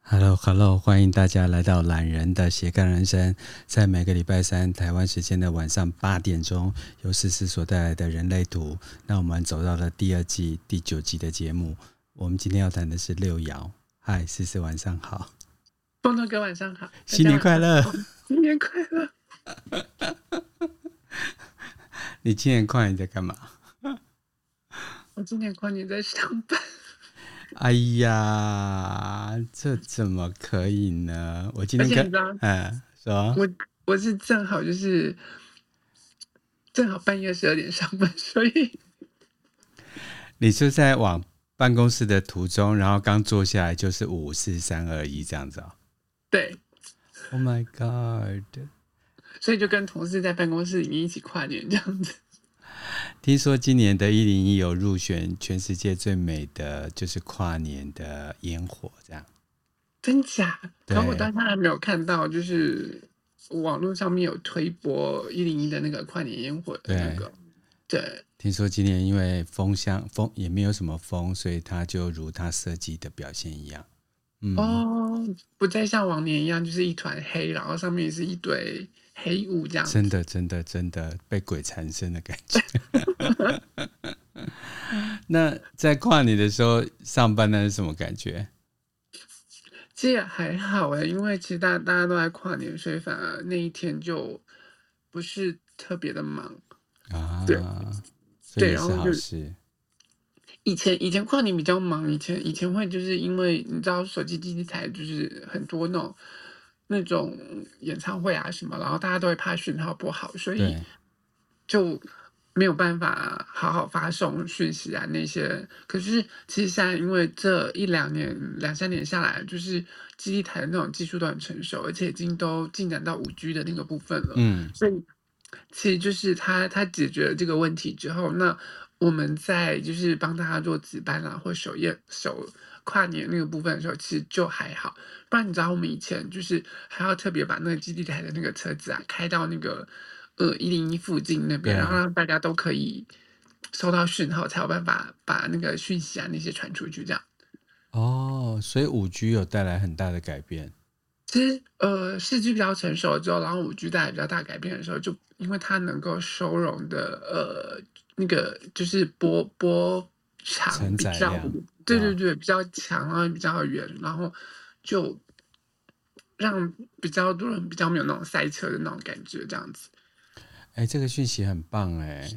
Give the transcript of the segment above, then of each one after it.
Hello，欢迎大家来到懒人的斜杠人生，在每个礼拜三台湾时间的晚上8点钟，由思思所带来的人类图。那我们走到了第2季第9集的节目，我们今天要谈的是六爻。嗨，思思晚上好。 波诺哥晚上好， 新年快乐， 新年快乐。 你今年跨年在干嘛？ 我今年跨年在上班。 哎呀，这怎么可以呢？我今天而且你知道， 说我是正好半夜12点上班，所以你是在往办公室的途中，然后刚坐下来就是5、4、3、2、1这样子哦。 对 Oh my god！ 所以就跟同事在办公室里面一起跨年这样子。 听说今年的101有入选全世界最美的就是跨年的烟火，这样真假？ 对可我到现在还没有看到，就是网络上面有推播101的那个跨年烟火的那个。对， 听说今年因为风也没有什么风，所以它就如它设计的表现一样。 不再像往年一样，就是一团黑，然后上面是一堆黑雾这样子。 真的被鬼缠身的感觉。那在跨年的时候上班那是什么感觉？ 其实也还好因为其实大家都在跨年，所以反而那一天就不是特别的忙啊。 对， 所以也是好事。 以前跨年比较忙，以前会就是因为你知道手机基地台就是很多那种演唱会啊什么，然后大家都会怕讯号不好，所以就没有办法好好发送讯息啊那些。可是其实现在因为这2-3年下来，就是基地台的那种技术都很成熟，而且已经都进展到5G 的那个部分了。所以其实就是它解决了这个问题之后，那我们在就是帮大家做值班啊或守跨年那个部分的时候，其实就还好。不然你知道我们以前就是还要特别把那个基地台的那个车子啊开到那个101附近那边，然后让大家都可以收到讯号，才有办法把那个讯息啊那些传出去这样。 所以5G 有带来很大的改变。 其实4G 比较成熟了之后，然后5G 带来比较大改变的时候，就因为它能够收容的那个就是波长比较对比较强，然后比较远，然后就让比较多人比较没有那种塞车的那种感觉，这样子。 这个讯息很棒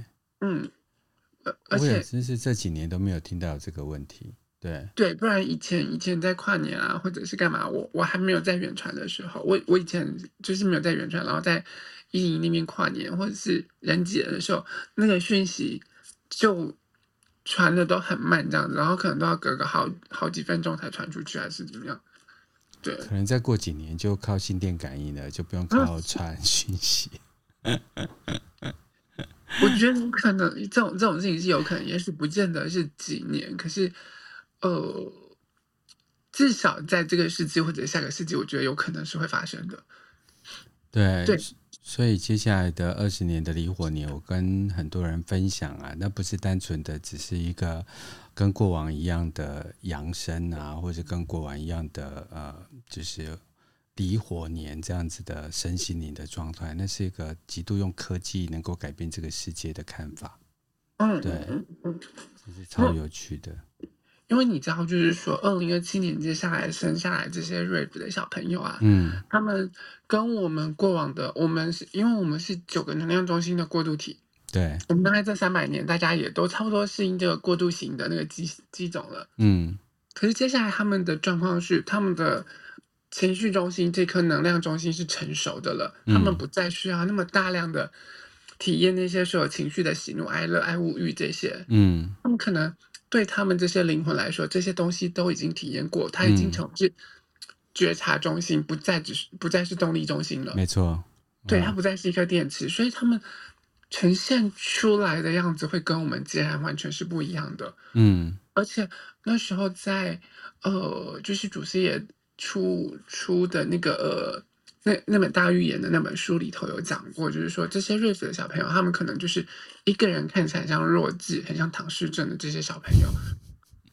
而且我也真是这几年都没有听到这个问题。 对，不然以前在跨年啊，或者是干嘛，我还没有在远传的时候，我以前就是没有在远传，然后在101那边跨年或者是人挤人的时候，那个讯息就传的都很慢这样子，然后可能都要隔个好几分钟才传出去，还是怎么样？对， 可能再过几年就靠心电感应了，就不用靠传讯息。 我觉得可能这种事情是有可能，也许不见得是几年，可是至少在这个世纪或者下个世纪，我觉得有可能是会发生的。 对，所以接下来的20年的离火年，我跟很多人分享啊，那不是单纯的只是一个跟过往一样的扬升啊，或者跟过往一样的就是离火年这样子的身心灵的状态，那是一个极度用科技能够改变这个世界的看法。对，这是超有趣的。 因为你知道，就是说，2027年接下来生下来这些 RAVE 的小朋友啊，他们跟我们过往的，因为我们是9个能量中心的过渡体， 对， 我们大概这300年，大家也都差不多适应这个过渡型的那个机种了，可是接下来他们的状况是，他们的情绪中心这颗能量中心是成熟的了，他们不再需要那么大量的体验那些所有情绪的喜怒哀乐、爱恶欲这些，他们可能对他们这些灵魂来说，这些东西都已经体验过，它已经从是觉察中心，不再是动力中心了。 没错， 对，它不再是一颗电池，所以他们呈现出来的样子会跟我们截然完全是不一样的。而且那时候在就是祖师爷出的那个那本大预言的那本书里头有讲过，就是说这些瑞士的小朋友，他们可能就是一个人看起来像弱智、很像唐氏症的这些小朋友，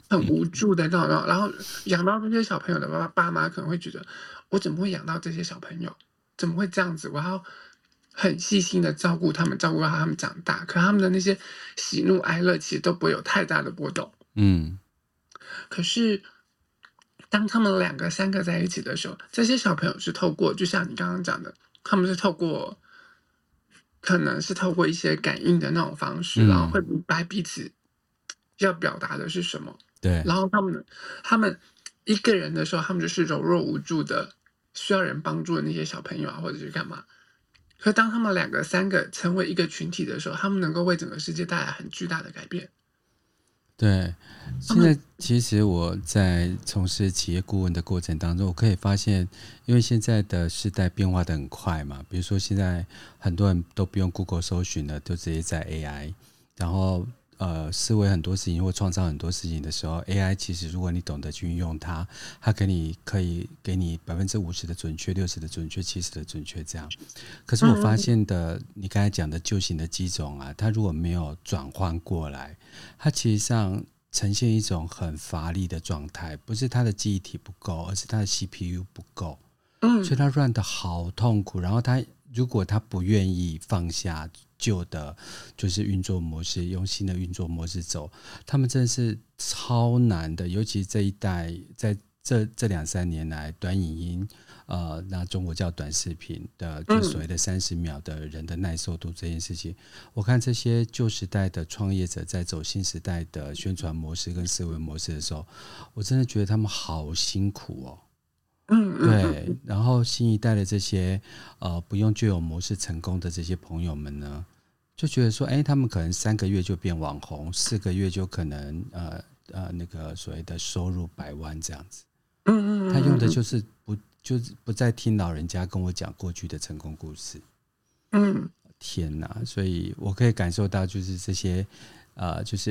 很无助的那种，然后养到这些小朋友的爸妈可能会觉得，我怎么会养到这些小朋友？怎么会这样子？我要很细心的照顾他们，照顾到他们长大，可他们的那些喜怒哀乐其实都不会有太大的波动。 嗯， 可是当他们2个、3个在一起的时候，这些小朋友是透过，就像你刚刚讲的，他们是透过可能是透过一些感应的那种方式，然后会明白彼此要表达的是什么。 对， 然后他们一个人的时候，他们就是柔弱无助的，需要人帮助的那些小朋友啊，或者是干嘛。可当他们2个、3个成为一个群体的时候，他们能够为整个世界带来很巨大的改变。 对，现在其实我在从事企业顾问的过程当中，我可以发现，因为现在的时代变化的很快嘛，比如说现在很多人都不用 Google 搜寻了，都直接在 AI，然后思维很多事情或创造很多事情的时候 ，AI 其实如果你懂得去运用它，它可以给你50%的准确、60%的准确、70%的准确这样。可是我发现的，你刚才讲的旧型的机种啊，它如果没有转换过来，它其实上呈现一种很乏力的状态，不是它的记忆体不够，而是它的 CPU 不够，所以它 run 得好痛苦。然后如果它不愿意放下旧的，就是运作模式，用新的运作模式走，他们真的是超难的。尤其这一代，在这2-3年来，短影音。那中国叫短视频的，就所谓的30秒的人的耐受度这件事情，我看这些旧时代的创业者在走新时代的宣传模式跟思维模式的时候，我真的觉得他们好辛苦哦。对，然后新一代的这些不用旧有模式成功的这些朋友们呢，就觉得说，他们可能3个月就变网红，4个月就可能那个所谓的收入100万这样子。他用的就是不再听老人家跟我讲过去的成功故事。天哪！所以我可以感受到，就是这些就是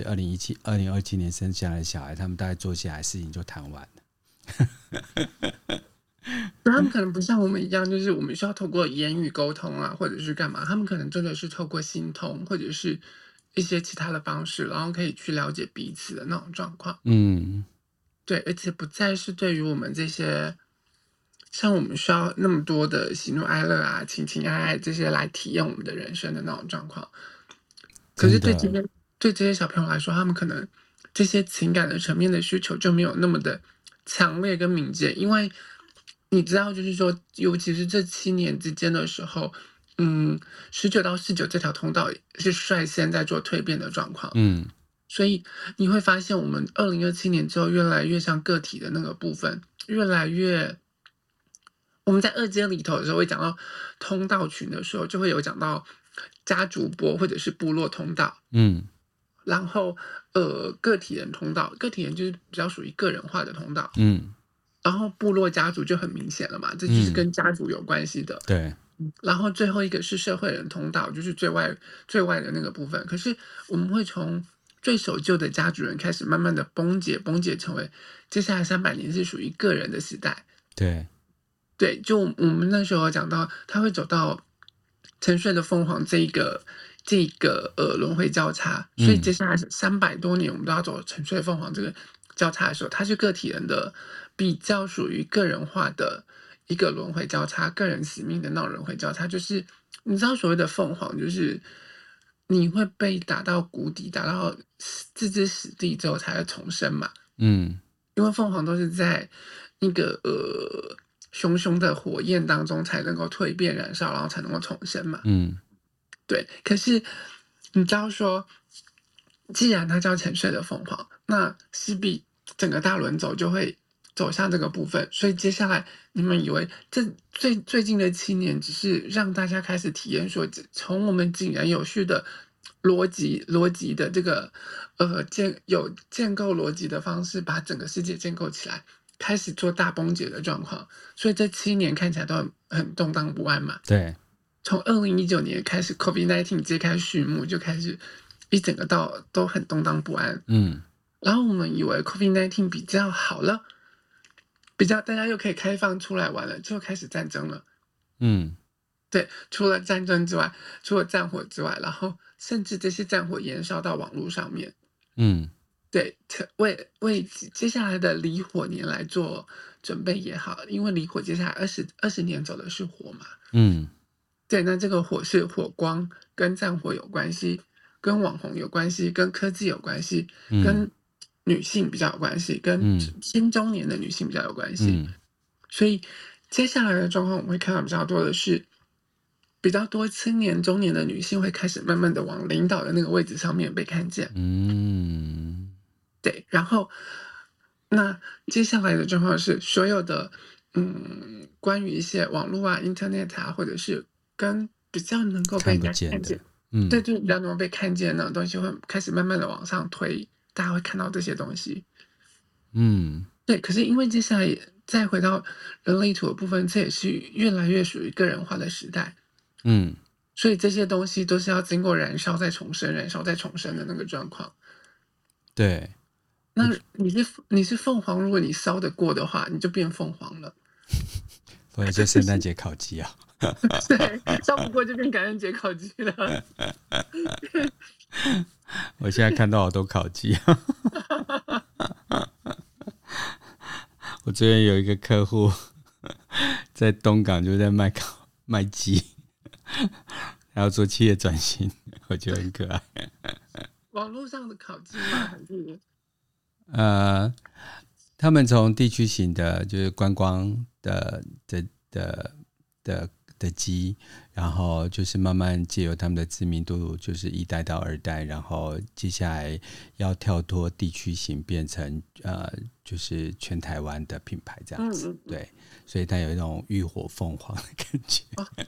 2027年生下来的小孩，他们大概坐下来事情就谈完了。 他们可能不像我们一样，就是我们需要透过言语沟通啊，或者是干嘛，他们可能真的是透过心通，或者是一些其他的方式，然后可以去了解彼此的那种状况。对，而且不再是对于我们这些，像我们需要那么多的喜怒哀乐啊、情情爱爱这些来体验我们的人生的那种状况。可是对这些小朋友来说，他们可能这些情感的层面的需求就没有那么的强烈跟敏捷，因为你知道，就是说，尤其是这7年之间的时候，19到49这条通道是率先在做蜕变的状况。所以你会发现，我们2027年之后越来越像个体的那个部分，越来越。我们在2阶里头的时候会讲到通道群的时候，就会有讲到家族波或者是部落通道。然后个体人通道，个体人就是比较属于个人化的通道。然后部落家族就很明显了嘛，这就是跟家族有关系的。 对。 然后最后一个是社会人通道，就是最外的那个部分。可是我们会从最守旧的家族人开始，慢慢的崩解，成为接下来300年是属于个人的时代。对，就我们那时候讲到，他会走到沉睡的凤凰这个轮回交叉，所以接下来300多年，我们都要走沉睡凤凰这个交叉的时候，它是个体人的比较属于个人化的一个轮回交叉，个人使命的那种轮回交叉，就是你知道所谓的凤凰，就是你会被打到谷底，打到置之死地之后才会重生嘛。因为凤凰都是在那个熊熊的火焰当中才能够蜕变燃烧，然后才能够重生嘛。对。可是你知道说，既然它叫沉睡的凤凰，那势必整个大轮轴就会走向这个部分。所以接下来你们以为这最近的7年只是让大家开始体验说，从我们井然有序的逻辑的这个建构逻辑的方式，把整个世界建构起来，开始做大崩解的状况。所以这7年看起来都很动荡不安嘛。 对。 从2019年开始 COVID-19 揭开序幕，就开始一整个都很动荡不安。然后我们以为 COVID-19 比较好了，比较大家又可以开放出来玩了，就开始战争了。对，除了战争之外，除了战火之外，然后甚至这些战火延烧到网络上面。 对，为接下来的离火年来做准备也好，因为离火接下来二十年走的是火嘛。 嗯对，那这个火是火光，跟战火有关系，跟网红有关系，跟科技有关系， 嗯跟女性比较有关系，跟嗯新中年的女性比较有关系。 嗯所以接下来的状况，我们会看到比较多的是，比较多青年、中年的女性会开始慢慢的往领导的那个位置上面被看见。 嗯对，然后那接下来的状况是，所有的关于一些网络啊、Internet 啊，或者是跟比较能够被看人不见的， 家看见，对嗯对，比较能够被看见的那种东西，会开始慢慢的往上推，大家会看到这些东西。 嗯对，可是因为接下来再回到人类图的部分，这也是越来越属于个人化的时代， 嗯， 所以这些东西都是要经过燃烧再重生、燃烧再重生的那个状况。 对， 那你是凤凰，如果你烧得过的话，你就变凤凰了。 或者就圣诞节烤鸡啊， 对，烧不过就变感恩节烤鸡了。 我现在看到好多烤鸡，我这边有一个客户在东港就在卖鸡，还要做企业转型，我觉得很可爱。 网络上的烤鸡吗？还是他们从地区型的，就是观光的鸡，然后就是慢慢借由他们的知名度，就是一代到二代，然后接下来要跳脱地区型，变成就是全台湾的品牌这样子。对，所以它有一种浴火凤凰的感觉。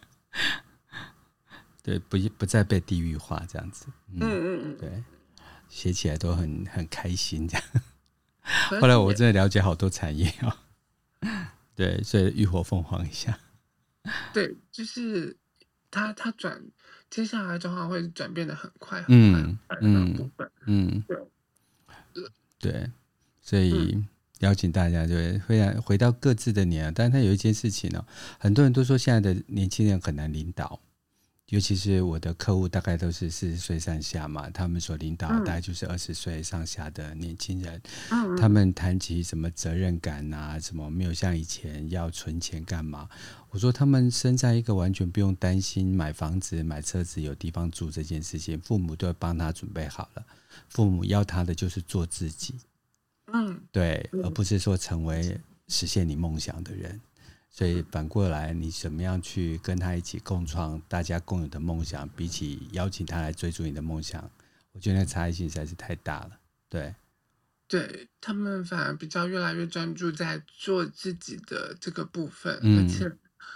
对，不再被地域化这样子。对，写起来都很开心这样。后来我真的了解好多产业哦。对，所以浴火凤凰一下。 对，就是它接下来状况会转变的很快很快很快的那个部分。 对，所以邀请大家就回到各自的年，但是他有一件事情哦，很多人都说现在的年轻人很难领导。尤其是我的客户大概都是40岁上下嘛，他们所领导的大概就是20岁上下的年轻人。他们谈起什么责任感啊，什么没有像以前要存钱干嘛。我说他们生在一个完全不用担心买房子买车子有地方住这件事情，父母都会帮他准备好了，父母要他的就是做自己，对，而不是说成为实现你梦想的人。所以反过来，你怎么样去跟他一起共创大家共有的梦想，比起邀请他来追逐你的梦想，我觉得那差异性实在是太大了。 对，他们反而比较越来越专注在做自己的这个部分，而且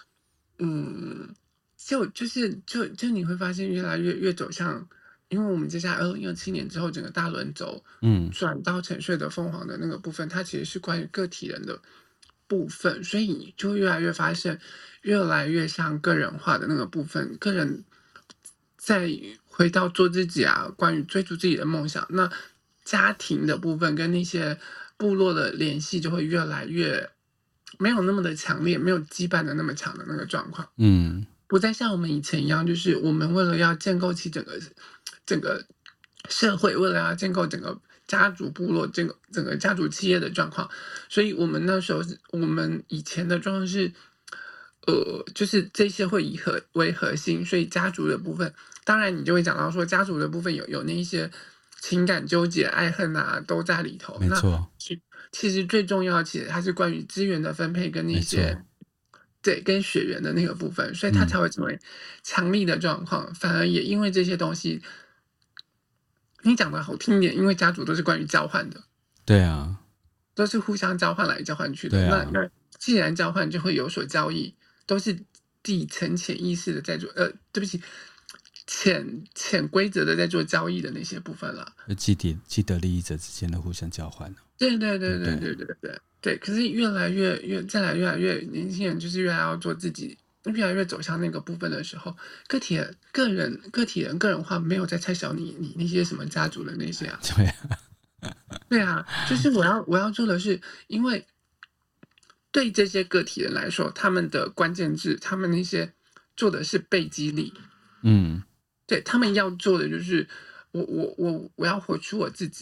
就你会发现越来越走向，因为我们接下来2027年之后，整个大轮轴转到沉睡的凤凰的那个部分，它其实是关于个体人的部分，所以你就越来越发现，越来越像个人化的那个部分，个人再回到做自己啊，关于追逐自己的梦想，那家庭的部分跟那些部落的联系就会越来越没有那么的强烈，没有羁绊的那么强的那个状况。不再像我们以前一样，就是我们为了要建构起整个社会，为了要建构整个家族部落、整个家族企业的状况，所以我们那时候我们以前的状况是，就是这些会以为核心，所以家族的部分，当然你就会讲到说，家族的部分有那一些情感纠结、爱恨啊，都在里头。 没错。 其实最重要，其实它是关于资源的分配跟那些。对，跟血缘的那个部分，所以它才会成为强力的状况。反而也因为这些东西，你讲的好听一点，因为家族都是关于交换的， 对啊， 都是互相交换来交换去的。那既然交换，就会有所交易，都是底层潜意识的在做，对不起，潜规则的在做交易的那些部分了。 既得利益者之间的互相交换。 对，可是再来越来越年轻人，就是越来要做自己，越来越走向那个部分的时候，个体人个人化没有在拆小你那些什么家族的那些啊。对啊，就是我要做的是，因为对这些个体人来说，他们的关键字，他们那些做的是被激励。对，他们要做的就是我要活出我自己。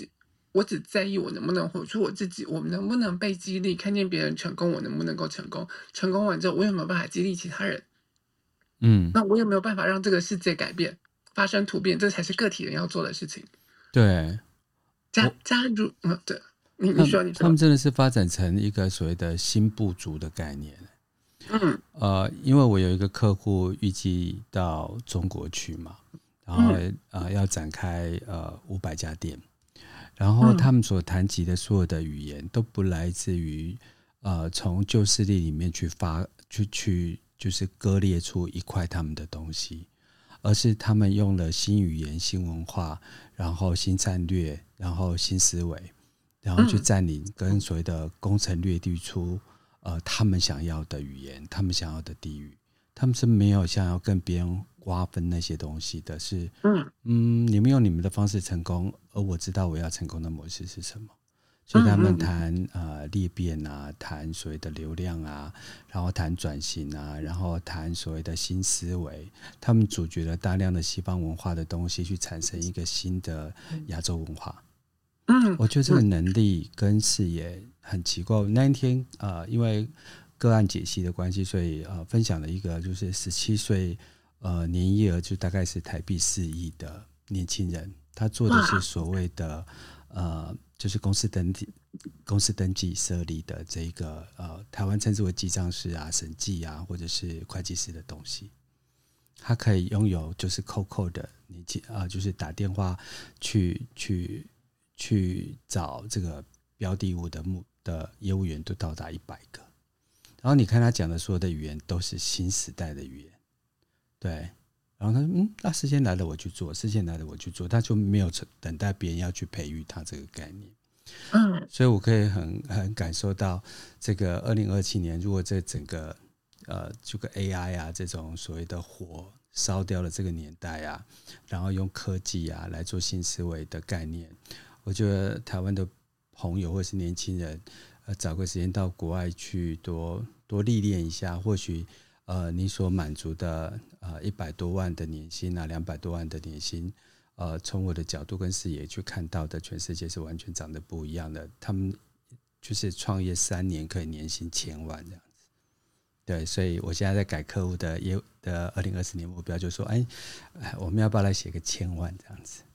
我只在意我能不能活出我自己，我能不能被激励，看见别人成功，我能不能够成功，成功完之后，我有没有办法激励其他人？那我有没有办法让这个世界改变，发生突变？这才是个体人要做的事情。 对， 加入，对，你说， 他们真的是发展成一个所谓的新部族的概念。因为我有一个客户预计到中国去嘛，然后要展开500家店，然后他们所谈及的所有的语言都不来自于从旧势力里面去就是割裂出一块他们的东西，而是他们用了新语言、新文化，然后新战略，然后新思维，然后去占领跟所谓的攻城略地出他们想要的语言，他们想要的地域，他们是没有想要跟别人瓜分那些东西的，是你们用你们的方式成功，而我知道我要成功的模式是什么。所以他们谈裂变啊，谈所谓的流量啊，然后谈转型啊，然后谈所谓的新思维，他们咀嚼了大量的西方文化的东西，去产生一个新的亚洲文化。我觉得这个能力跟视野很奇怪。那一天因为个案解析的关系，所以分享了一个就是17岁年营额就大概是台币4亿的年轻人，他做的是所谓的就是公司登记设立的这个台湾称之为记账师啊、审计啊，或者是会计师的东西。他可以拥有就是扣的年纪就是打电话去找这个标的物的业务员都到达100个，然后你看他讲的所有的语言都是新时代的语言，对。然后他说那时间来了我去做，时间来了我去做，他就没有等待别人要去培育他这个概念。所以我可以很感受到这个2027年，如果这整个这个 AI 啊这种所谓的火烧掉了这个年代啊，然后用科技啊来做新思维的概念，我觉得台湾的朋友或是年轻人找个时间到国外去多历练一下，或许你所满足的100多万的年薪啊，200多万的年薪，从我的角度跟视野去看到的全世界是完全长得不一样的。他们就是创业3年可以年薪1000万这样子。对，所以我现在在改客户的2020年目标，就说我们要不要来写个1000万这样子。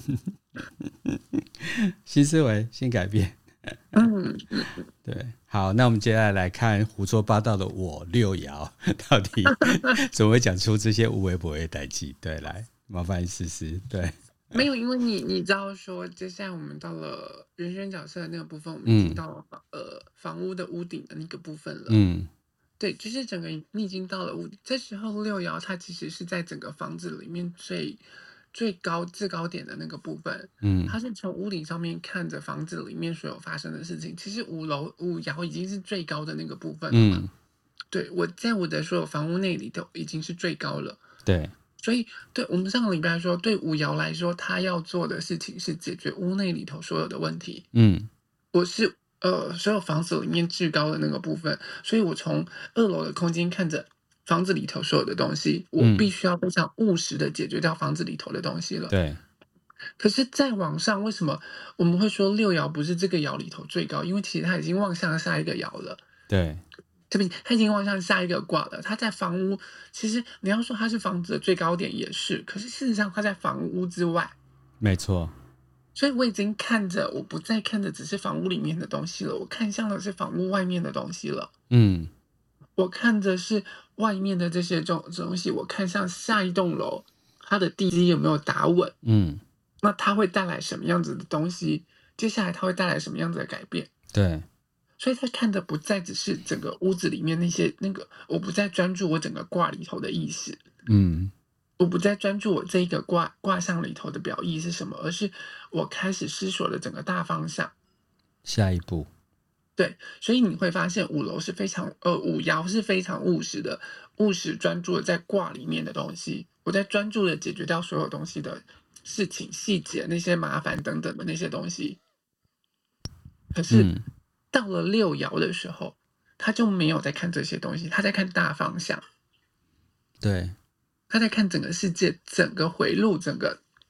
新思维，新改变。对，好，那我们接下来看胡说八道的我六爻到底怎么会讲出这些无微不微的代际。对，来麻烦思思。对， 没有，因为你知道说，接下来我们到了人生角色的那个部分，我们已经到了房屋的屋顶的那个部分了。对，就是整个你已经到了屋顶，这时候六爻它其实是在整个房子里面最高制高点的那个部分。它是从屋顶上面看着房子里面所有发生的事情。其实五爻已经是最高的那个部分了嘛。对，我在我的所有房屋内里头已经是最高了。 对， 所以对我们上个礼拜说，对五爻来说，他要做的事情是解决屋内里头所有的问题。我是所有房子里面至高的那个部分，所以我从2楼的空间看着房子里头所有的东西，我必须要非常务实的解决掉房子里头的东西了。 对。 可是再往上，为什么我们会说六爻不是这个爻里头最高？因为其实它已经望向下一个爻了。 对， 对不起，它已经望向下一个卦了。它在房屋，其实你要说它是房子的最高点也是，可是事实上它在房屋之外。 没错。 所以我已经看着，我不再看着只是房屋里面的东西了，我看向的是房屋外面的东西了。我看着是外面的这些东西，我看向下一栋楼，它的地基有没有打稳？那它会带来什么样子的东西？接下来它会带来什么样子的改变？ 对。 所以他看的不再只是整个屋子里面那个，我不再专注我整个卦里头的意思。我不再专注我这一个卦象里头的表意是什么，而是我开始思索了整个大方向。 下一步。 对，所以你会发现五爻是非常务实的，务实专注的在卦里面的东西。我在专注的解决掉所有东西的事情细节，那些麻烦等等的那些东西。可是到了六爻的时候，他就没有在看这些东西，他在看大方向。 对， 他在看整个世界，整个回路，整个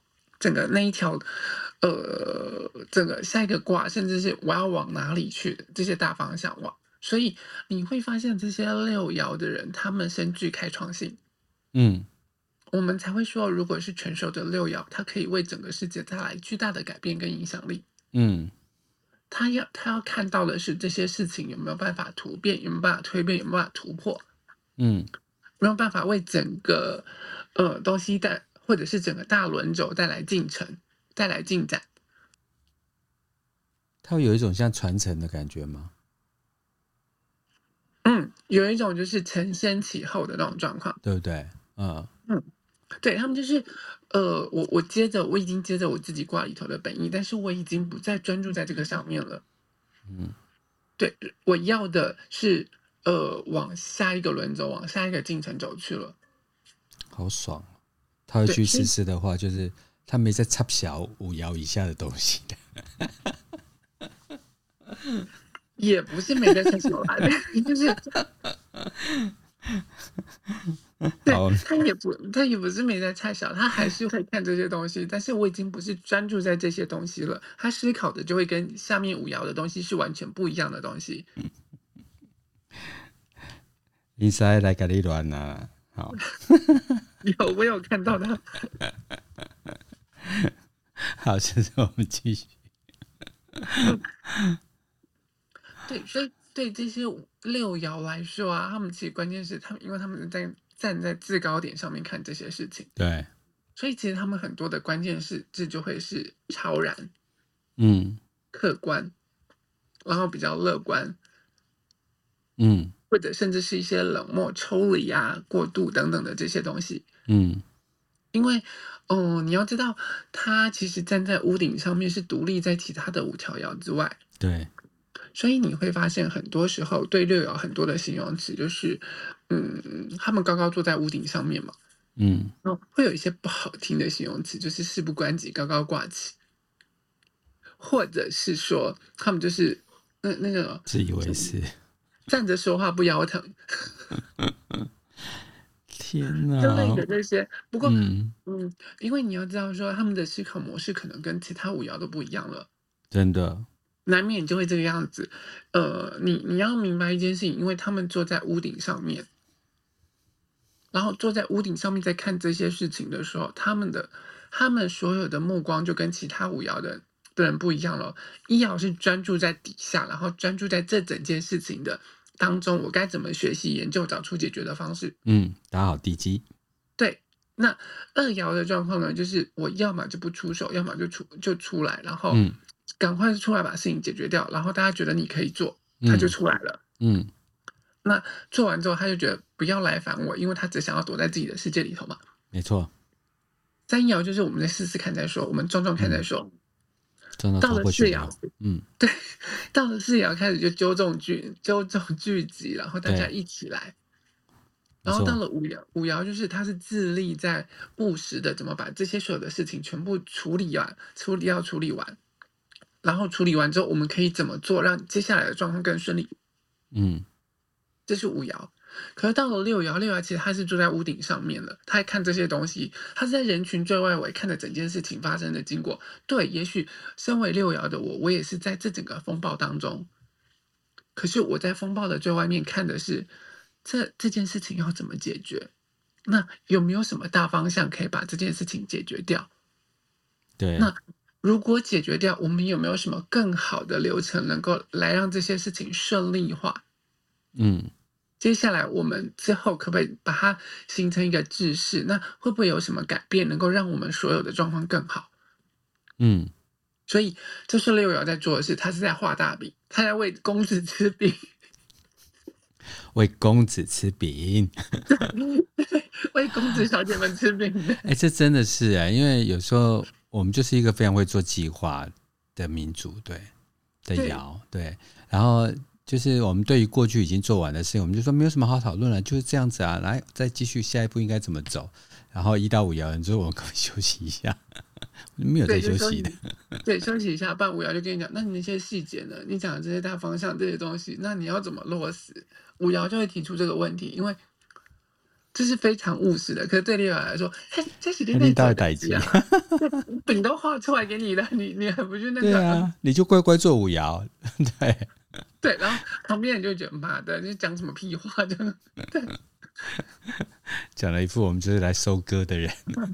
整个那一条，整个下一个卦，甚至是我要往哪里去的这些大方向往。所以你会发现这些六爻的人，他们深具开创性。 嗯我们才会说，如果是成熟的六爻，它可以为整个世界带来巨大的改变跟影响力。 嗯他要看到的是这些事情有没有办法突变，有没有办法蜕变，有没有办法突破， 嗯， 没有办法为整个东西或者是整个大轮轴带来进程，带来进展。 它会有一种像传承的感觉吗？ 有一种就是承先启后的那种状况。 对不对？嗯嗯，对，他们就是，我已经接着我自己卦里头的本意，但是我已经不再专注在这个上面了。 嗯， 对，我要的是，往下一个轮轴，往下一个进程走去了。 好爽。他会对， 去所以试试的话，就是他没在插小5爻以下的东西的。 也不是没在成熟啦，就是对好， 他也不是没在拆小，他还是会看这些东西，但是我已经不是专注在这些东西了，他思考的就会跟下面五爻的东西是完全不一样的东西。 你塞来给你乱啊！好， 我有看到他。 好，现在我们继续。 对，所以对这些六爻来说啊，他们其实关键是因为他们站在制高点上面看这些事情， 对， 所以其实他们很多的关键字就会是超然、 嗯客观，然后比较乐观， 嗯或者甚至是一些冷漠、抽离啊、过度等等的这些东西。 嗯， 因为，你要知道，他其实站在屋顶上面是独立在其他的五条爻之外， 对， 所以你会发现很多时候对六爻很多的形容词就是，他们高高坐在屋顶上面嘛， 嗯， 会有一些不好听的形容词，就是事不关己、高高挂起，或者是说他们就是那个自以为是。 站着说话不腰疼。 天之类的哪！ 这些。不过， 嗯， 因为你要知道说他们的思考模式可能跟其他五爻都不一样了， 真的， 难免就会这个样子。你要明白一件事情，因为他们坐在屋顶上面，然后坐在屋顶上面在看这些事情的时候，他们所有的目光就跟其他五爻的人不一样了。一爻是专注在底下，然后专注在这整件事情的当中，我该怎么学习研究，找出解决的方式。 打好地基。 对，那二爻的状况呢，就是我要么就不出手，要么就出来，然后嗯赶快出来把事情解决掉，然后大家觉得你可以做，他就出来了。 嗯， 那做完之后，他就觉得不要来烦我，因为他只想要躲在自己的世界里头嘛。 没错。 三爻就是我们再试试看再说，我们撞撞看再说。 真的到了四拖过去了。 爻，对，到了四爻开始就纠正聚集，然后大家对， 一起来。 没错。 然后到了五爻就是他是自立在务实的，怎么把这些所有的事情全部处理完，处理完，然后处理完之后，我们可以怎么做，让接下来的状况更顺利？ 嗯这是五爻。可是到了六爻，六爻其实他是住在屋顶上面的，他在看这些东西，他是在人群最外围看着整件事情发生的经过。对，也许身为六爻的我也是在这整个风暴当中，可是我在风暴的最外面看的是这件事情要怎么解决。那有没有什么大方向可以把这件事情解决掉？ 对， 那如果解决掉，我们有没有什么更好的流程能够来让这些事情顺利化？ 嗯接下来我们之后可不可以把它形成一个制式？那会不会有什么改变，能够让我们所有的状况更好？ 嗯， 所以这是六爻在做的事，他是在画大饼，他在为公子吃饼， 为公子吃饼。 为公子小姐们吃饼的。 哎，这真的是啊，因为有时候我们就是一个非常会做计划的民族，对的对爻，对，然后就是我们对于过去已经做完的事情，我们就说没有什么好讨论了，就是这样子啊，来再继续下一步应该怎么走。然后1到5爻人说我们可不可以休息一下？没有在休息的。 对，休息一下，半五爻就跟你讲，那你那些细节呢？你讲的这些大方向这些东西，那你要怎么落实？五爻就会提出这个问题，因为这是非常务实的。可是对六爻来说，嘿，这几天你到在做底代志？ 代志啊，饼都画出来给你了，你还不去那个？ 对啊，你就乖乖做五爻，对。 对，然后旁边人就觉得妈的，你讲什么屁话？这样，对， 讲了一副我们就是来收割的人，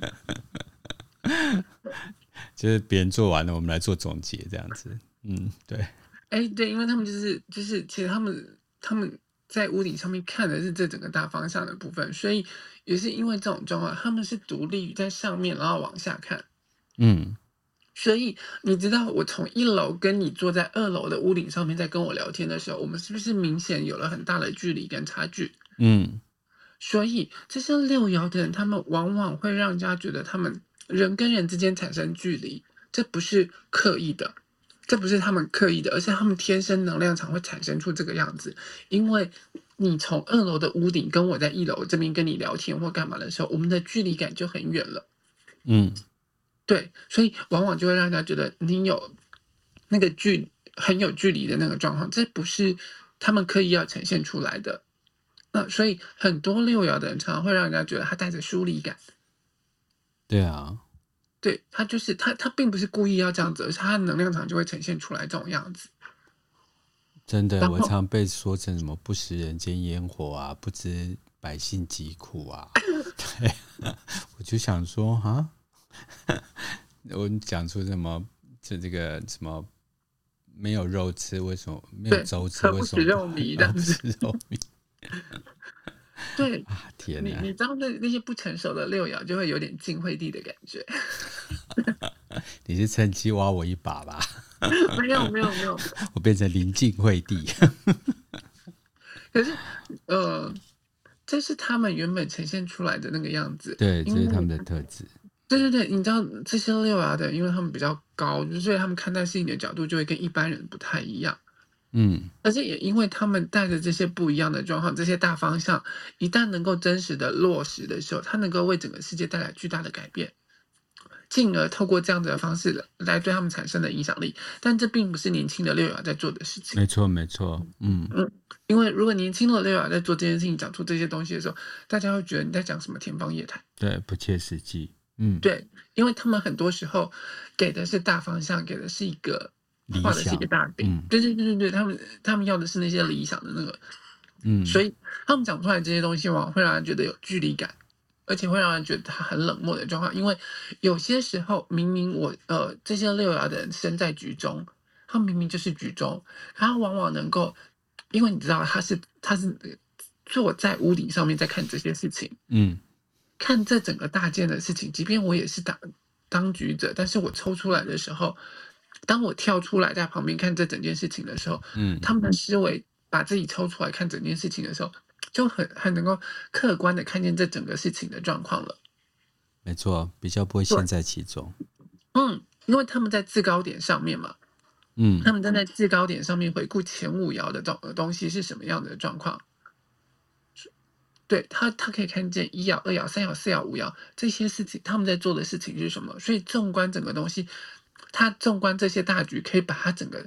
就是别人做完了，我们来做总结这样子。对。 哎，对，因为他们就是，其实他们在屋顶上面看的是这整个大方向的部分，所以也是因为这种状况，他们是独立于在上面，然后往下看。 嗯所以你知道，我从1楼跟你坐在2楼的屋顶上面在跟我聊天的时候，我们是不是明显有了很大的距离跟差距？ 嗯， 所以这些六爻的人，他们往往会让人家觉得他们人跟人之间产生距离，这不是刻意的，这不是他们刻意的，而是他们天生能量场会产生出这个样子。因为你从2楼的屋顶跟我在1楼这边跟你聊天或干嘛的时候，我们的距离感就很远了。对，所以往往就会让人家觉得你有那个很有距离的那个状况，这不是他们刻意要呈现出来的。那所以很多六爻的人常常会让人家觉得他带着疏离感。 对啊， 对，他就是他并不是故意要这样子，而是他的能量场就会呈现出来这种样子。 真的， 然后我常被说成什么不食人间烟火啊，不知百姓疾苦啊。对，我就想说啊，我讲出什么这个什么没有肉吃，为什么没有对， 粥吃？ 何不食为什么肉糜这样不子？ 吃肉糜对， 啊？天哪！ 你知道那些不成熟的六爻就会有点晋惠帝的感觉。 你是趁机挖我一把吧？ 没有没有没有， 我变成临晋惠帝。 可是这是他们原本呈现出来的那个样子。 对，这因为是他们的特质。 对对对，你知道这些六爻的，因为他们比较高，所以他们看待事情的角度就会跟一般人不太一样。而且也因为他们带着这些不一样的状况，这些大方向，一旦能够真实的落实的时候，它能够为整个世界带来巨大的改变，进而透过这样子的方式来对他们产生的影响力。但这并不是年轻的六爻在做的事情。 没错，没错。 因为如果年轻的六爻在做这件事情，讲出这些东西的时候，大家会觉得你在讲什么天方夜谭。 对，不切实际。 对，因为他们很多时候给的是大方向，给的是一个画的是一个大饼。对对对对对，他们要的是那些理想的那个。所以他们讲出来这些东西，往往会让人觉得有距离感，而且会让人觉得他很冷漠的状况。因为有些时候，明明这些六爻的人身在局中，他明明就是局中，他往往能够，因为你知道他是坐在屋顶上面在看这些事情。看这整个大件的事情，即便我也是当局者，但是我抽出来的时候，当我跳出来在旁边看这整件事情的时候，他们的思维把自己抽出来看整件事情的时候，就很能够客观的看见这整个事情的状况了。 没错，比较不会陷在其中。 因为他们在制高点上面嘛。他们站在制高点上面回顾前5爻的东西是什么样的状况。对，他可以看见1爻、2爻、3爻、4爻、5爻这些事情，他们在做的事情是什么？所以纵观整个东西，他纵观这些大局，可以把它整个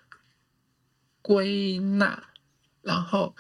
归纳，然后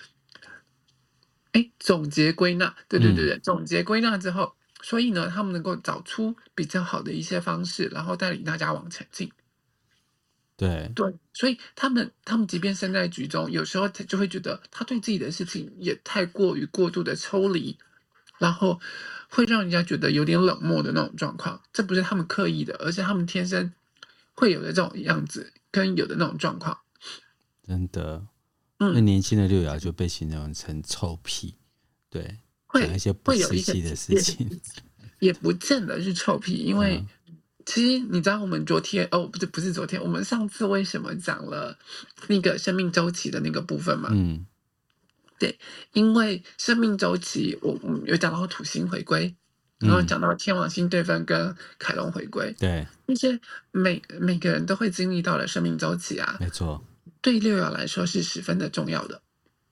总结归纳。对对对对，总结归纳之后，所以呢，他们能够找出比较好的一些方式，然后带领大家往前进。 对， 所以他们即便身在局中，有时候他就会觉得他对自己的事情也太过度的抽离，然后会让人家觉得有点冷漠的那种状况。这不是他们刻意的，而是他们天生会有的这种样子，跟有的那种状况。 真的，那年轻的六爻就被形容成臭屁，对，讲一些不实际的事情， 也不见得是臭屁，因为。其实你知道我们昨天不是昨天，我们上次为什么讲了那个生命周期的那个部分嘛？对，因为生命周期我们有讲到土星回归，然后讲到天王星对分跟凯龙回归， 对， 那些每个人都会经历到的生命周期啊， 没错， 对六爻来说是十分的重要的。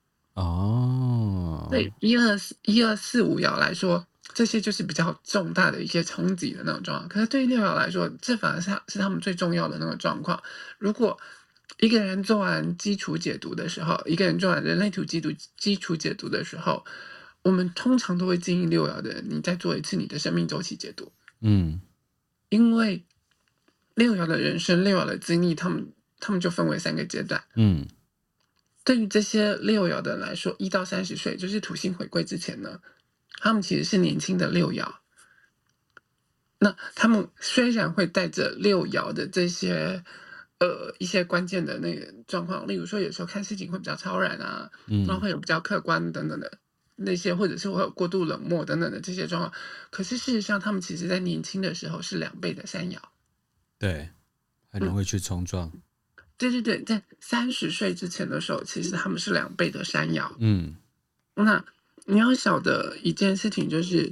对1、2、4、5爻来说。这些就是比较重大的一些冲击的那种状况，可是对于六爻来说，这反而是他们最重要的那个状况。如果一个人做完基础解读的时候，一个人做完人类图基础解读的时候， 我们通常都会建议六爻的人，你再做一次你的生命周期解读， 嗯因为六爻的人生、六爻的经历，他们就分为3个阶段。 嗯对于这些六爻的人来说，1到30岁，就是土星回归之前呢，他们其实是年轻的六爻。那他们虽然会带着六爻的这些一些关键的那个状况，例如说有时候看事情会比较超然啊，然后嗯， 会有比较客观等等的那些，或者是会有过度冷漠等等的这些状况。可是事实上，他们其实在年轻的时候是2倍的三爻。 对，很容易去冲撞。 对对对，在30岁之前的时候，其实他们是2倍的山爻。 嗯那你要晓得一件事情，就是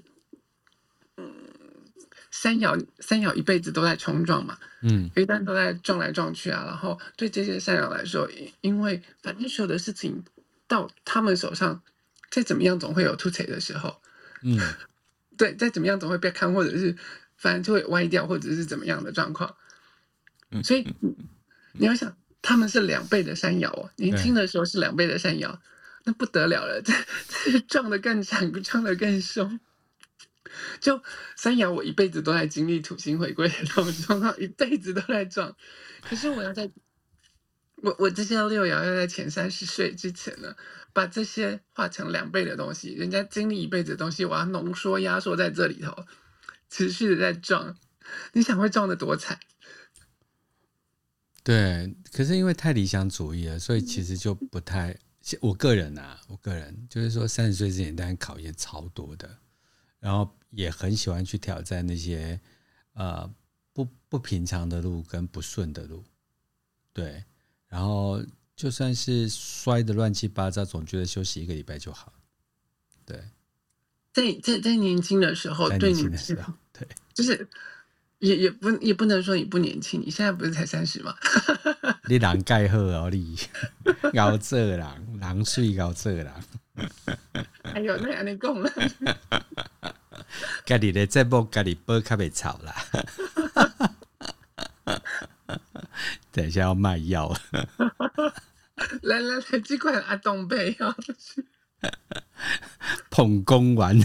山爻一辈子都在冲撞嘛， 嗯一旦都在撞来撞去啊，然后对这些山爻来说，因为反正所有的事情到他们手上，再怎么样总会有突锤的时候， 嗯对，再怎么样总会被看，或者是反正就会歪掉，或者是怎么样的状况。所以你要想，他们是2倍的山爻哦，年轻对， 的时候是2倍的山爻，那不得了了，这撞得更惨，撞得更凶。就山爻，我一辈子都在经历土星回归的这种状况，一辈子都在撞。可是我这些六爻要在前30岁之前呢，把这些化成2倍的东西，人家经历一辈子的东西，我要浓缩压缩在这里头，持续的在撞。你想会撞得多惨？ 对，可是因为太理想主义了，所以其实就不太。我个人就是说30岁之前，当然考验超多的，然后也很喜欢去挑战那些不平常的路跟不顺的路，对，然后就算是摔得乱七八糟，总觉得休息1个礼拜就好，对， 在年轻的时候， 在年对你轻的时候，对， 就是也不能说你不年轻，你现在不是才30吗？ 你人盖好哦，你熬做人水熬做人。 哎呦，那安尼讲了， 家己的节目家己播较袂吵啦。等一下要卖药， 来，这款阿东北哦， 捧公丸。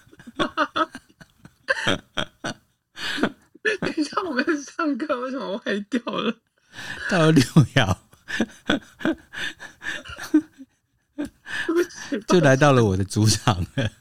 等一下我们上课为什么歪掉了？ 到6爻， 对不起， 就来到了我的主场了。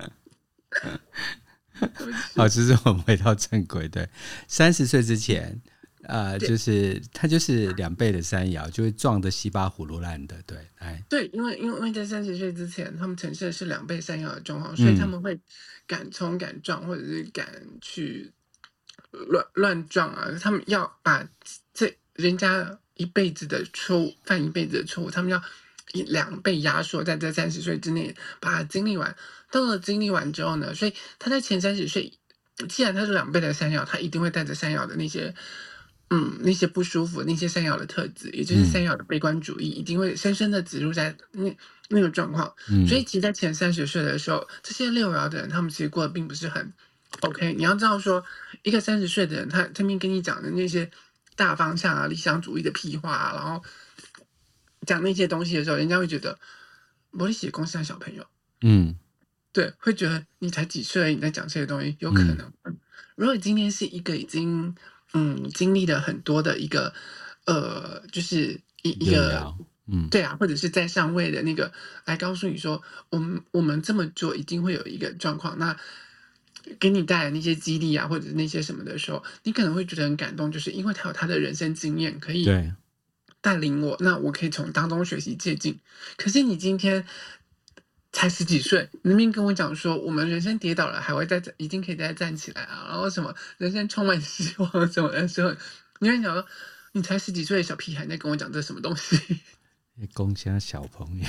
对不起。 好，其实我们回到正轨，对，30岁之前，就是它就是2倍的山爻，就会撞得稀巴糊涂烂的，对，哎， 对，因为在30岁之前，他们呈现的是2倍山爻的状况，所以他们会敢冲敢撞，或者是敢去乱撞啊。他们要把这人家一辈子的错误，犯一辈子的错误，他们要以2倍压缩在这30岁之内把它经历完。到了经历完之后呢，所以他在前30岁，既然他是2倍的山爻，他一定会带着山爻的那些不舒服，那些山爻的特质，也就是山爻的悲观主义，一定会深深的植入在那个状况。所以其实在前30岁的时候，这些六爻的人，他们其实过得并不是很 OK。你要知道说，一个30岁的人，他这边跟你讲的那些大方向啊、理想主义的屁话啊，然后讲那些东西的时候，人家会觉得我是写公像小朋友，对，会觉得你才几岁，你在讲这些东西，有可能。如果今天是一个已经经历了很多的一个就是一个对啊，或者是在上位的那个来告诉你说，我们这么做一定会有一个状况，那给你带来那些激励啊，或者是那些什么的时候，你可能会觉得很感动，就是因为他有他的人生经验可以对， 带领我，那我可以从当中学习借鉴。可是你今天才10几岁，你那边跟我讲说，我们人生跌倒了，还会一定可以再站起来啊，然后什么人生充满希望什么的时候，你会想说，你才10几岁的小屁孩，你在跟我讲这什么东西？ 公像小朋友，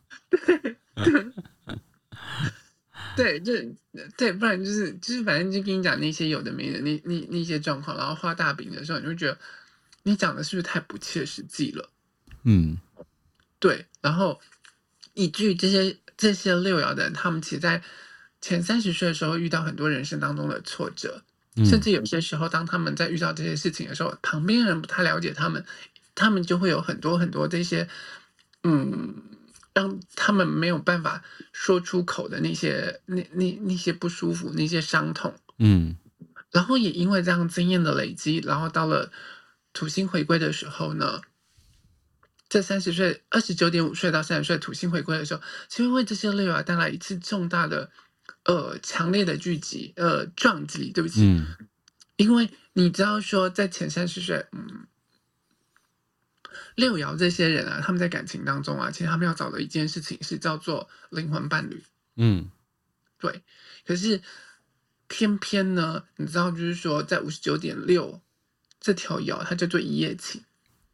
对，对，不然就是反正就跟你讲那些有的没的那些状况，然后画大饼的时候，你会觉得你讲的是不是太不切实际了？对，然后以至于这些六爻的人，他们其实在前30岁的时候遇到很多人生当中的挫折，甚至有些时候，当他们在遇到这些事情的时候，旁边人不太了解他们，他们就会有很多很多这些让他们没有办法说出口的那些不舒服、那些伤痛。然后也因为这样经验的累积，然后到了土星回归的时候呢，这30岁29.5岁到30岁土星回归的时候，其实为这些六爻带来一次重大的强烈的撞击，对不起。因为你知道说在前30岁，六爻这些人啊，他们在感情当中啊，其实他们要找的一件事情是叫做灵魂伴侣。对。可是偏偏呢，你知道就是说在59.6这条爻它叫做一夜情。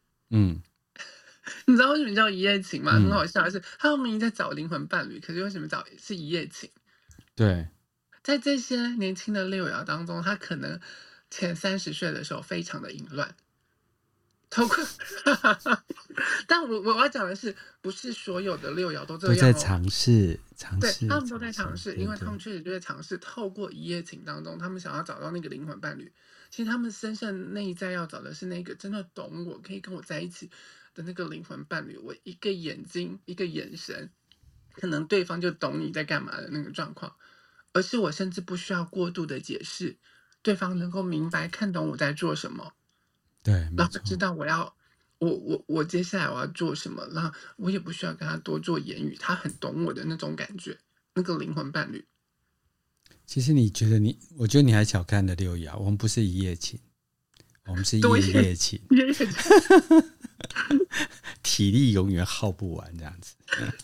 你知道为什么叫一夜情吗？很好笑的是，他们明明在找灵魂伴侣，可是为什么找是一夜情？ 对， 在这些年轻的六爻当中，他可能前30岁的时候非常的淫乱，透过但我要讲的是，不是所有的六爻都这样都在尝试， 对，他们都在尝试，因为他们确实就在尝试透过一夜情当中，他们想要找到那个灵魂伴侣。其实他们深深内在要找的是那个真的懂我，可以跟我在一起的那个灵魂伴侣。我一个眼睛，一个眼神，可能对方就懂你在干嘛的那个状况，而是我甚至不需要过度的解释，对方能够明白看懂我在做什么。 对， 然后知道我接下来我要做什么，然后我也不需要跟他多做言语，他很懂我的那种感觉，那个灵魂伴侣。 其实我觉得你还小看了六爻，我们不是一夜情，我们是夜夜情，体力永远耗不完这样子。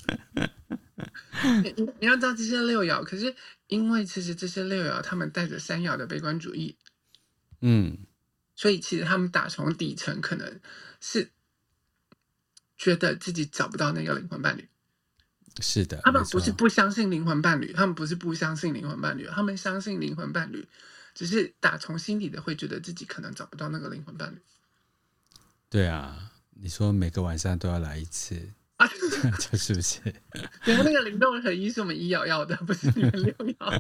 你要知道这些六爻，可是因为其实这些六爻他们带着三爻的悲观主义，所以其实他们打从底层可能是觉得自己找不到那个灵魂伴侣。 是的， 他们不是不相信灵魂伴侣，他们不是不相信灵魂伴侣，他们相信灵魂伴侣，只是打从心底的会觉得自己可能找不到那个灵魂伴侣。 对啊，你说每个晚上都要来一次，就是不是？ 然后那个灵动合一是我们一爻要的，不是你们六爻。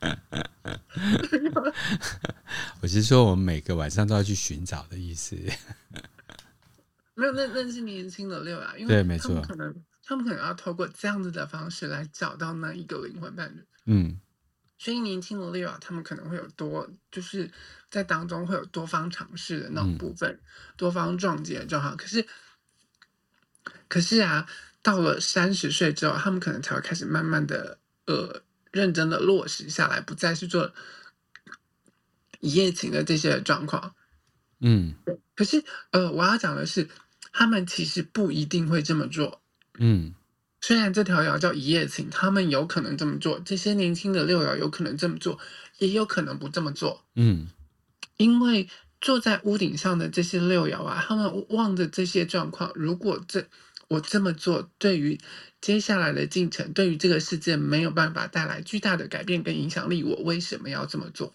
我是说我们每个晚上都要去寻找的意思。 没有，那是年轻的六爻，因为他们可能要透过这样子的方式来找到那一个灵魂伴侣。所以年轻的六爻他们可能会有就是在当中会有多方尝试的那种部分，多方撞击的状况。可是啊，到了30岁之后，他们可能才会开始慢慢的认真的落实下来，不再是做一夜情的这些状况。可是我要讲的是，他们其实不一定会这么做。虽然这条爻叫一夜情，他们有可能这么做，这些年轻的六爻有可能这么做，也有可能不这么做。因为坐在屋顶上的这些六爻啊，他们望着这些状况，如果我这么做，对于接下来的进程，对于这个世界没有办法带来巨大的改变跟影响力，我为什么要这么做？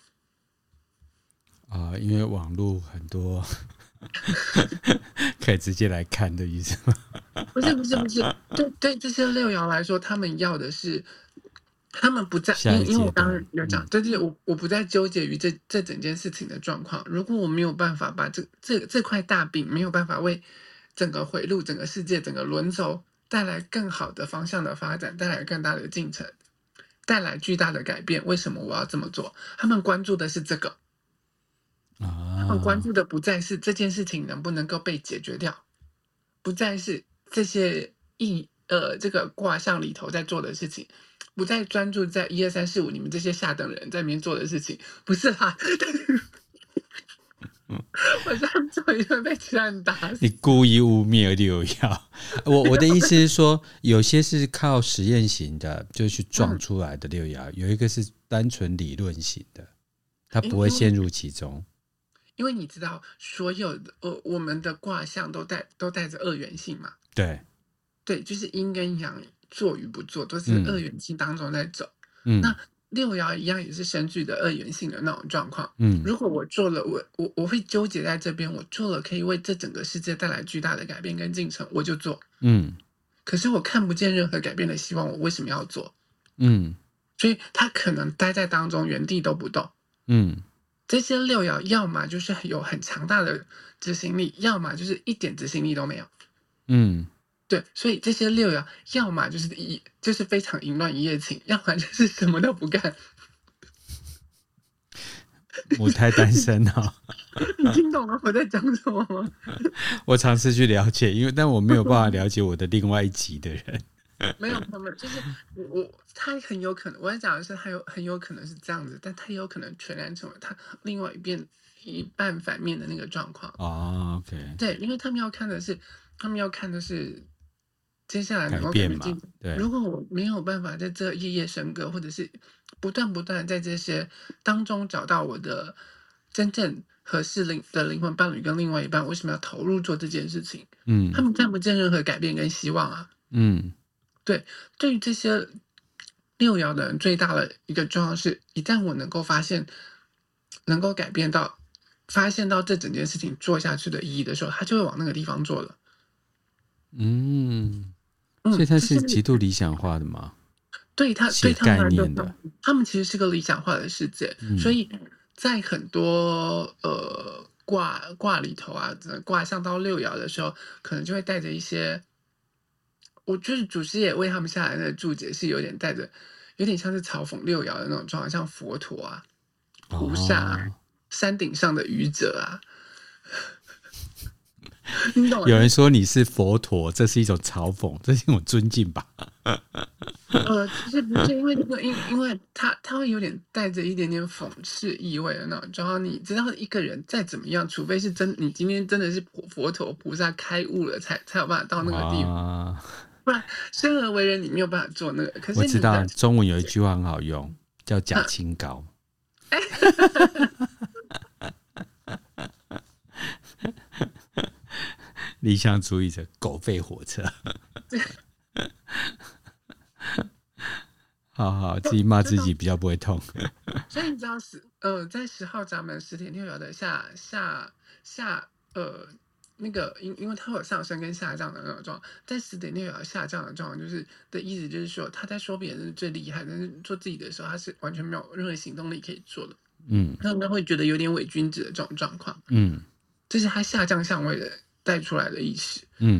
因为网络很多可以直接来看的意思吗？ 不是，对这些六爻来说，他们要的是，他们不在，因为我刚刚有讲，就是我不再纠结于这整件事情的状况。如果我没有办法把这块大饼没有办法为整个回路、整个世界、整个轮轴带来更好的方向的发展，带来更大的进程，带来巨大的改变，为什么我要这么做？他们关注的是这个。他们关注的不再是这件事情能不能够被解决掉，不再是这些这个卦象里头在做的事情，不再专注在1、2、3、4、5你们这些下等人在里面做的事情，不是啦。我这样做一定会被其他人打死。 你故意污蔑六爻。我的意思是说，有些是靠实验型的，就去撞出来的六爻，有一个是单纯理论型的，他不会陷入其中。 因为你知道，所有的我们的卦象都带着二元性嘛。对，就是阴跟阳，做与不做都是二元性当中在走。那六爻一样也是深具的二元性的那种状况。如果我做了，我会纠结在这边，我做了可以为这整个世界带来巨大的改变跟进程，我就做。可是我看不见任何改变的希望，我为什么要做？所以他可能待在当中原地都不动。这些六爻要么就是有很强大的执行力，要么就是一点执行力都没有。 对，所以这些六爻要么就是非常淫乱一夜情，要么就是什么都不干。 母胎单身哦。 你听懂了我在讲什么吗？ 我尝试去了解，但我没有办法了解我的另外一极的人。 没有，他们就是他很有可能，我在讲的是他很有可能是这样子，但他也有可能全然成为他另外一半反面的那个状况。 哦，OK， 对，因为他们要看的是接下来能够改改变嘛， 变进程。 对， 如果我没有办法在这夜夜笙歌，或者是不断在这些当中找到我的真正合适的灵魂伴侣跟另外一半，为什么要投入做这件事情？他们看不见任何改变跟希望啊。对，对于这些六爻的人，最大的一个重要是，一旦我能够能够改变到，发现到这整件事情做下去的意义的时候，他就会往那个地方做了。 所以它是就是极度理想化的吗？ 对他概们来念的， 他们其实是个理想化的世界，所以在很多卦里头啊，卦象到六爻的时候，可能就会带着一些，我就是祖师爷为他们下来的注解是有点带着，有点像是嘲讽六爻的那种状况，像佛陀啊、菩萨啊、山顶上的愚者啊。你懂吗？ 有人说你是佛陀，这是一种嘲讽，这是一种尊敬吧？ 其实不是因为这个，因为他会有点带着一点点讽刺意味的那种。然后你知道，一个人再怎么样，除非是你今天真的是佛陀菩萨开悟了，才有办法到那个地方。不然生而为人，你没有办法做那个。可是我知道中文有一句话很好用，叫假清高。理想主义者狗吠火车。好，自己骂自己比较不会痛。 所以你知道在10号闸门10点6爻的下那个因为它有上升跟下降的那种状况，在10点6爻下降的状况，的意思就是说，他在说别人是最厉害，但是做自己的时候，他是完全没有任何行动力可以做的。他们会觉得有点伪君子的这种状况。这是他下降相位的带出来的意识。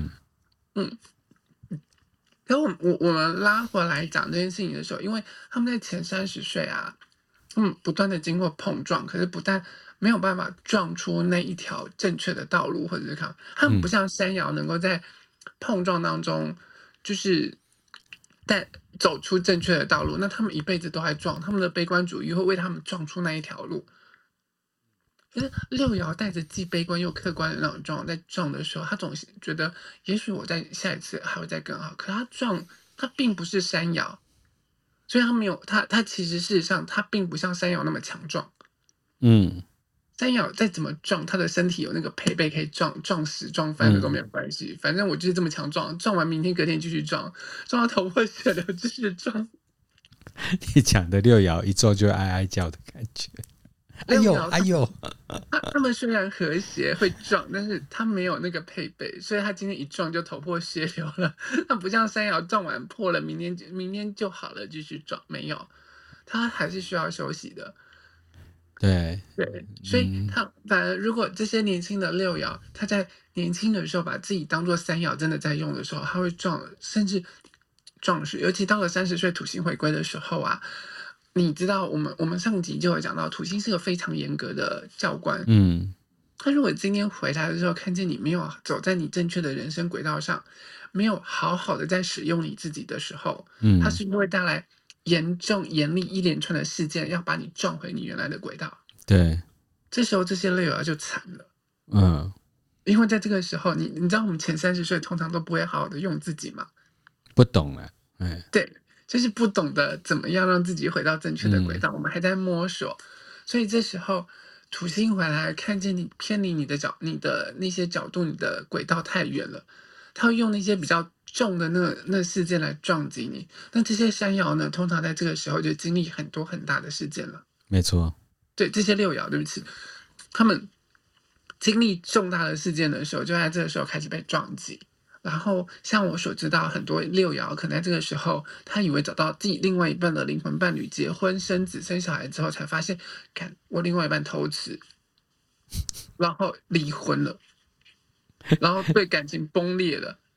可我们拉回来讲这件事情的时候，因为他们在前30岁啊，不断的经过碰撞，可是不但没有办法撞出那一条正确的道路，或者是他们不像山爻能够在碰撞当中，就是在走出正确的道路，那他们一辈子都在撞，他们的悲观主义会为他们撞出那一条路。可是六爻带着既悲观又客观的那种状况，在撞的时候，他总是觉得，也许我在下一次还会再更好。可他并不是山爻，所以他没有他其实事实上他并不像山爻那么强壮。山爻再怎么撞，他的身体有那个配备可以撞死撞翻的都没有关系。反正我就是这么强壮，撞完明天隔天继续撞到头破血流继续撞。 你讲的六爻一撞就哀哀叫的感觉。哎呦！ 他们虽然和谐会撞，但是他没有那个配备，所以他今天一撞就头破血流了。他不像山爻撞完破了，明天就好了，继续撞。没有，他还是需要休息的。 对， 所以他反而如果这些年轻的六爻，他在年轻的时候把自己当做山爻真的在用的时候，他会撞，甚至撞死。尤其到了30岁土星回归的时候啊。你知道我们上集就有讲到，土星是个非常严格的教官。他如果今天回来的时候，看见你没有走在你正确的人生轨道上，没有好好的在使用你自己的时候，他是不是会带来严厉一连串的事件，要把你撞回你原来的轨道？ 对， 这时候这些六爻就惨了。因为在这个时候，你知道我们前30岁通常都不会好好的用自己嘛， 不懂了。 对。就是不懂得怎么样让自己回到正确的轨道，我们还在摸索，所以这时候土星回来，看见你偏离你的那些角度，你的轨道太远了，他会用那些比较重的那事件来撞击你。那这些山爻呢，通常在这个时候就经历很多很大的事件了。 没错， 对，这些六爻，对不起，他们经历重大的事件的时候，就在这个时候开始被撞击。然后像我所知道，很多六爻可能在这个时候，他以为找到自己另外一半的灵魂伴侣，结婚生子生小孩之后，才发现，看我另外一半偷吃，然后离婚了，然后对感情崩裂了。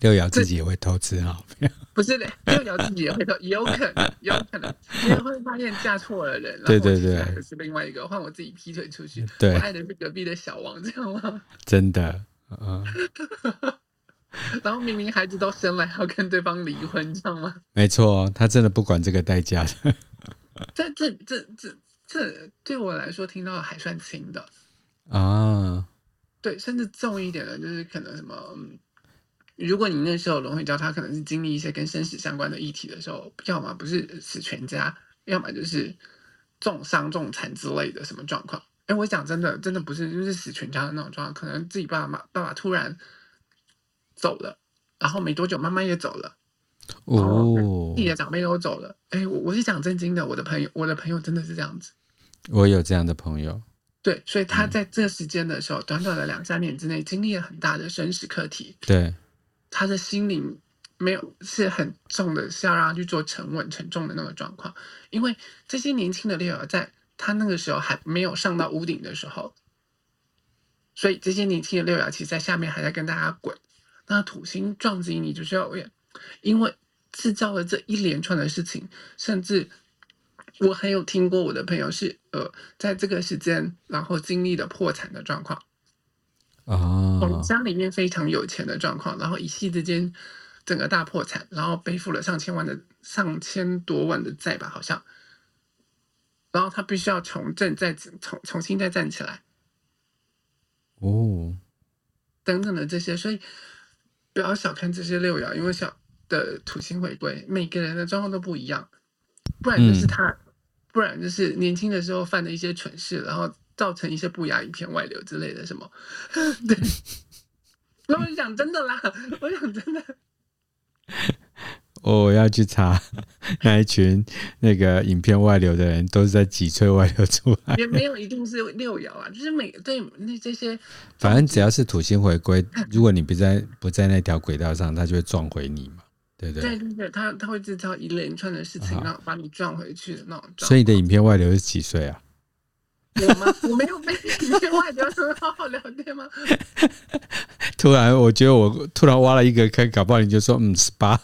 六爻自己也会偷吃哈。 不是的，六爻自己也会偷，也有可能，有可能，因为会发现嫁错了人，然对后我对对其实爱的是另外一个，换我自己劈腿出去，我对， 爱的是隔壁的小王，这样吗？ 真的， 然后明明孩子都生了，还要跟对方离婚，这样吗？ 没错，他真的不管这个代价的。 这对我来说听到还算轻的， 啊， 对，甚至重一点的，就是可能什么，如果你那时候轮回教他可能是经历一些跟生死相关的议题的时候，要么不是死全家，要么就是重伤重残之类的什么状况。哎，我讲真的，真的不是就是死全家的那种状况，可能自己爸爸突然走了，然后没多久妈妈也走了，然后自己的长辈都走了。哎，我是讲真经的，我的朋友真的是这样子。 我有这样的朋友。 对，所以他在这个时间的时候，短短的2、3年之内，经历了很大的生死课题。 对， 他的心灵没有是很重的，是要让他去做沉稳沉重的那个状况。因为这些年轻的猎友在他那个时候还没有上到屋顶的时候，所以这些年轻的猎友其实在下面还在跟大家滚。那土星撞击你，就是要因为制造了这一连串的事情，甚至我很有听过我的朋友是在这个时间，然后经历了破产的状况。从家里面非常有钱的状况，然后一夕之间整个大破产，然后背负了上千多万的债吧，好像，然后他必须要重新再站起来，等等的这些，所以不要小看这些六爻，因为小的土星回归，每个人的状况都不一样，不然就是年轻的时候犯的一些蠢事，然后造成一些不雅影片外流之类的什么，对。我讲真的啦，我讲真的。 我要去查那一群那个影片外流的人都是在几岁外流出来， 也没有一定是六爻啊，就是这些， 反正只要是土星回归，如果你不在那条轨道上，它就会撞回你嘛，对不对？ 对，他会制造一连串的事情，然后把你撞回去的那种状况。 所以你的影片外流是几岁啊？ 我吗？我没有被影片外流，很好好聊天吗？ 突然，我觉得我突然挖了一个坑，搞不好你就说18。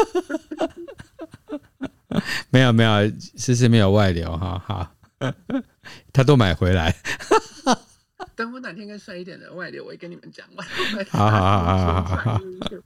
没有，思思没有外流哈，好，他都买回来。 等我哪天跟帅一点的外流，我会跟你们讲。 好，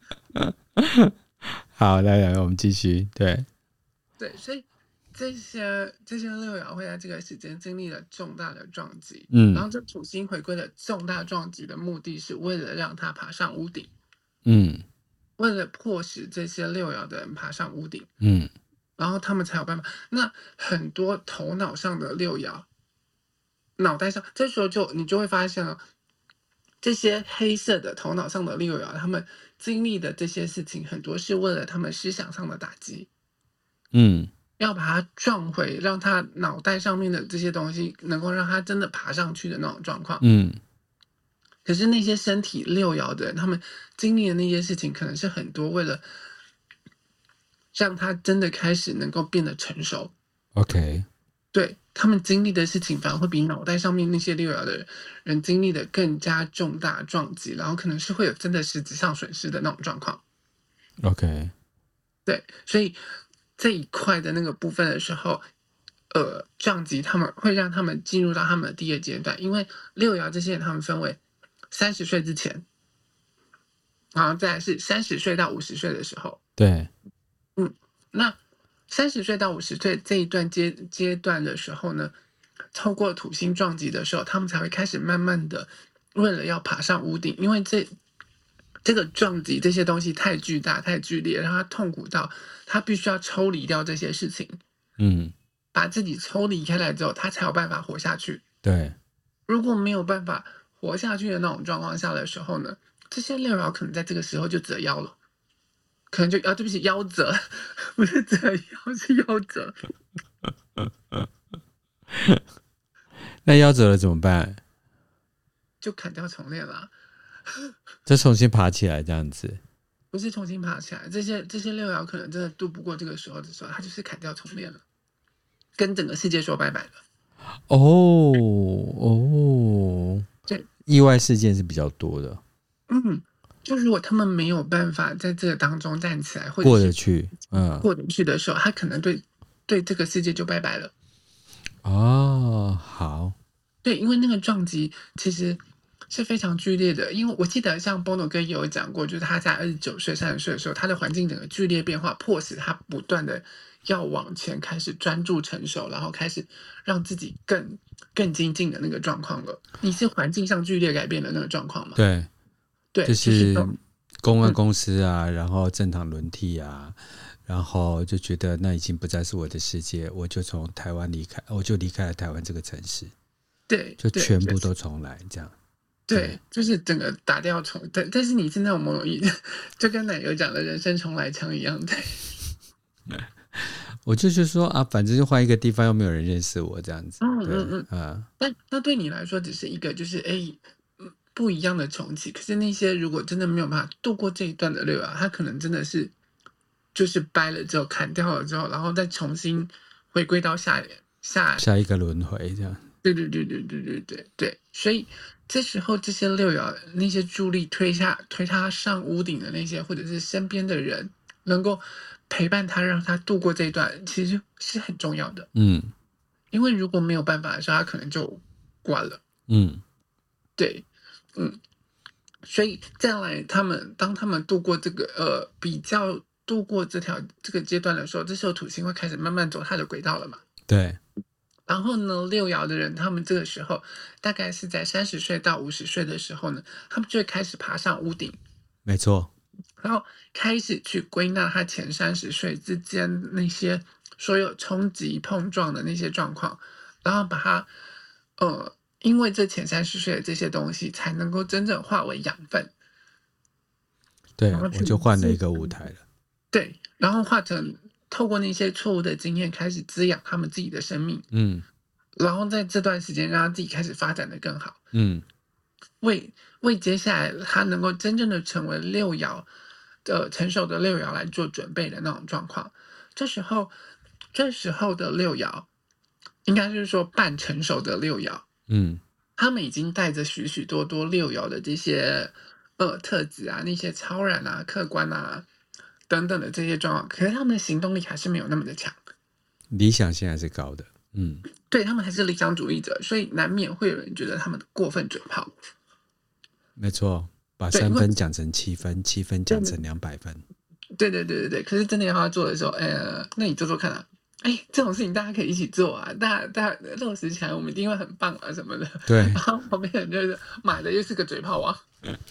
好，来，我们继续。对， 所以这些六爻会在这个时间经历了重大的撞击，然后这土星回归的重大撞击的目的是为了让他爬上屋顶，为了迫使这些六爻的人爬上屋顶，然后他们才有办法。那很多头脑上的六爻，脑袋上，这时候你就会发现了，这些黑色的头脑上的六爻，他们经历的这些事情，很多是为了他们思想上的打击，要把它撞回，让他脑袋上面的这些东西能够让他真的爬上去的那种状况。可是那些身体六爻的人，他们经历的那些事情，可能是很多为了让他真的开始能够变得成熟。 OK， 对，他们经历的事情反而会比脑袋上面那些六爻的人经历的更加重大撞击，然后可能是会有真的实质上损失的那种状况。 OK， 对，所以这一块的那个部分的时候，撞击他们会让他们进入到他们的第二阶段，因为六爻这些人他们分为30岁之前，然后再来是30岁到50岁的时候。 对， 那30岁到50岁这一段阶段的时候呢，透过土星撞击的时候，他们才会开始慢慢的为了要爬上屋顶，因为这个撞击这些东西太巨大太剧烈，让他痛苦到他必须要抽离掉这些事情，把自己抽离开来之后，他才有办法活下去。 对， 如果没有办法活下去的那种状况下的时候呢，这些六爻可能在这个时候就折腰了，可能就对不起，夭折，不是折腰，是夭折。 那夭折了怎么办？ 就砍掉重练啦， 再重新爬起来这样子。 不是重新爬起来，这些六爻可能真的渡不过这个时候的时候，他就是砍掉重练了，跟整个世界说拜拜了。 对，意外事件是比较多的。 就如果他们没有办法在这个当中站起来，或者过是得去， 过得去的时候，他可能对这个世界就拜拜了。 哦，好， 对，因为那个撞击其实是非常剧烈的。因为我记得像 Bono 哥也有讲过，就是他在29岁、30岁的时候，他的环境整个剧烈变化，迫使他不断的要往前开始专注成熟，然后开始让自己更精进的那个状况了。你是环境上剧烈改变的那个状况吗？ 对， 对， 就就是是公关公司啊，然后政党轮替啊，然后就觉得那已经不再是我的世界，我就从台湾离开，我就离开了台湾这个城市， 对就对全部都重来这样。 对，就是整个打掉重，但是你是那种某种意义，就跟奶油讲的人生重来枪一样，对。 我就是说啊，反正就换一个地方，又没有人认识我这样子。对， 但那对你来说只是一个就是不一样的重启，可是那些如果真的没有办法度过这一段的六爻，他可能真的是就是掰了之后砍掉了之后，然后再重新回归到下一个轮回这样。 对，所以这时候这些六爻那些助力推他上屋顶的那些，或者是身边的人能够陪伴他，让他度过这一段，其实是很重要的。因为如果没有办法的时候，他可能就挂了。对，所以再来当他们度过这个比较度过这个阶段的时候，这时候土星会开始慢慢走它的轨道了嘛。 对。 然后呢，六爻的人，他们这个时候大概是在30岁到50岁的时候呢，他们就会开始爬上屋顶， 没错， 然后开始去归纳他前30岁之间那些所有冲击碰撞的那些状况，然后把它因为这前30岁的这些东西，才能够真正化为养分。 对，我就换了一个舞台了。 对，然后透过那些错误的经验，开始滋养他们自己的生命。然后在这段时间，让他自己开始发展的更好。为接下来他能够真正的成为六爻的成熟的六爻来做准备的那种状况。这时候的六爻，应该是说半成熟的六爻。他们已经带着许许多多六爻的这些特质啊，那些超然啊、客观啊等等的这些状况，可是他们的行动力还是没有那么的强， 理想性还是高的。 对，他们还是理想主义者，所以难免会有人觉得他们过分嘴炮。 没错，把3分讲成7分，7分讲成200分。 对，可是真的要他做的时候，那你做做看啊。这种事情大家可以一起做啊，大家落实起来，我们一定会很棒啊什么的。 对， 然后旁边人就是买的又是个嘴炮王。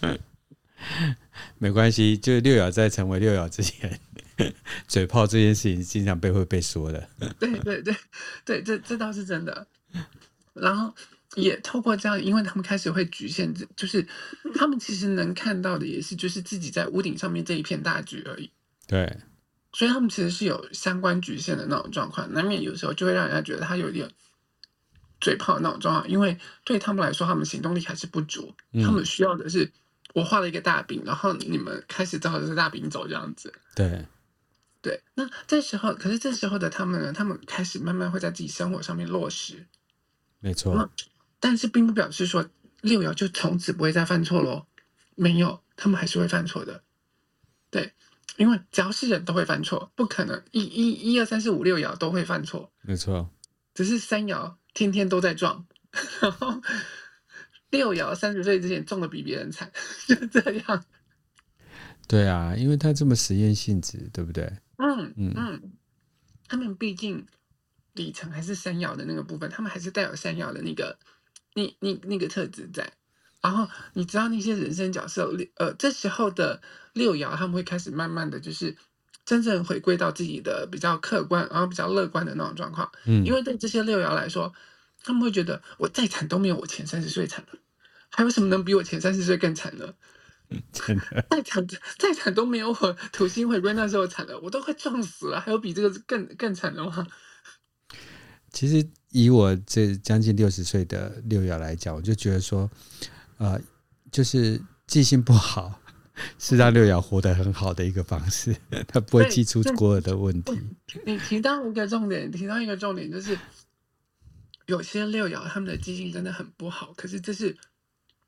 没关系，就是六爻在成为六爻之前，嘴炮这件事情经常会被说的。 对，这倒是真的。然后也透过这样，因为他们开始会局限，就是他们其实能看到的也是就是自己在屋顶上面这一片大局而已。 对， 所以他们其实是有相关局限的那种状况，难免有时候就会让人家觉得他有点嘴炮的那种状况，因为对他们来说，他们行动力还是不足，他们需要的是我画了一个大饼，然后你们开始照着这个大饼走这样子。对，那这时候的他们呢，他们开始慢慢会在自己生活上面落实。 没错。 但是并不表示说六爻就从此不会再犯错咯，没有，他们还是会犯错的。对，因为只要是人都会犯错，不可能1、2、3、4、5、6爻都会犯错， 没错。 只是3爻天天都在撞，然后6爻30岁之前撞的比别人惨，就这样。 对啊，因为他这么实验性质，对不对？ 他们毕竟里程还是3爻的那个部分，他们还是带有3爻的那个特质在。然后你知道那些人生角色，这时候的六爻他们会开始慢慢的就是真正回归到自己的比较客观，然后比较乐观的那种状况。因为对这些六爻来说，他们会觉得我再惨都没有我前30岁惨了，还有什么能比我前30岁更惨呢？ 真的， 再惨都没有我土星回归那时候惨了，我都快撞死了，还有比这个更惨的吗？ 其实以我这将近60岁的六爻来讲，我就觉得说，就是记性不好是让六爻活得很好的一个方式，他不会记出所有的问题。 你提到一个重点，就是有些六爻他们的记性真的很不好，可是这是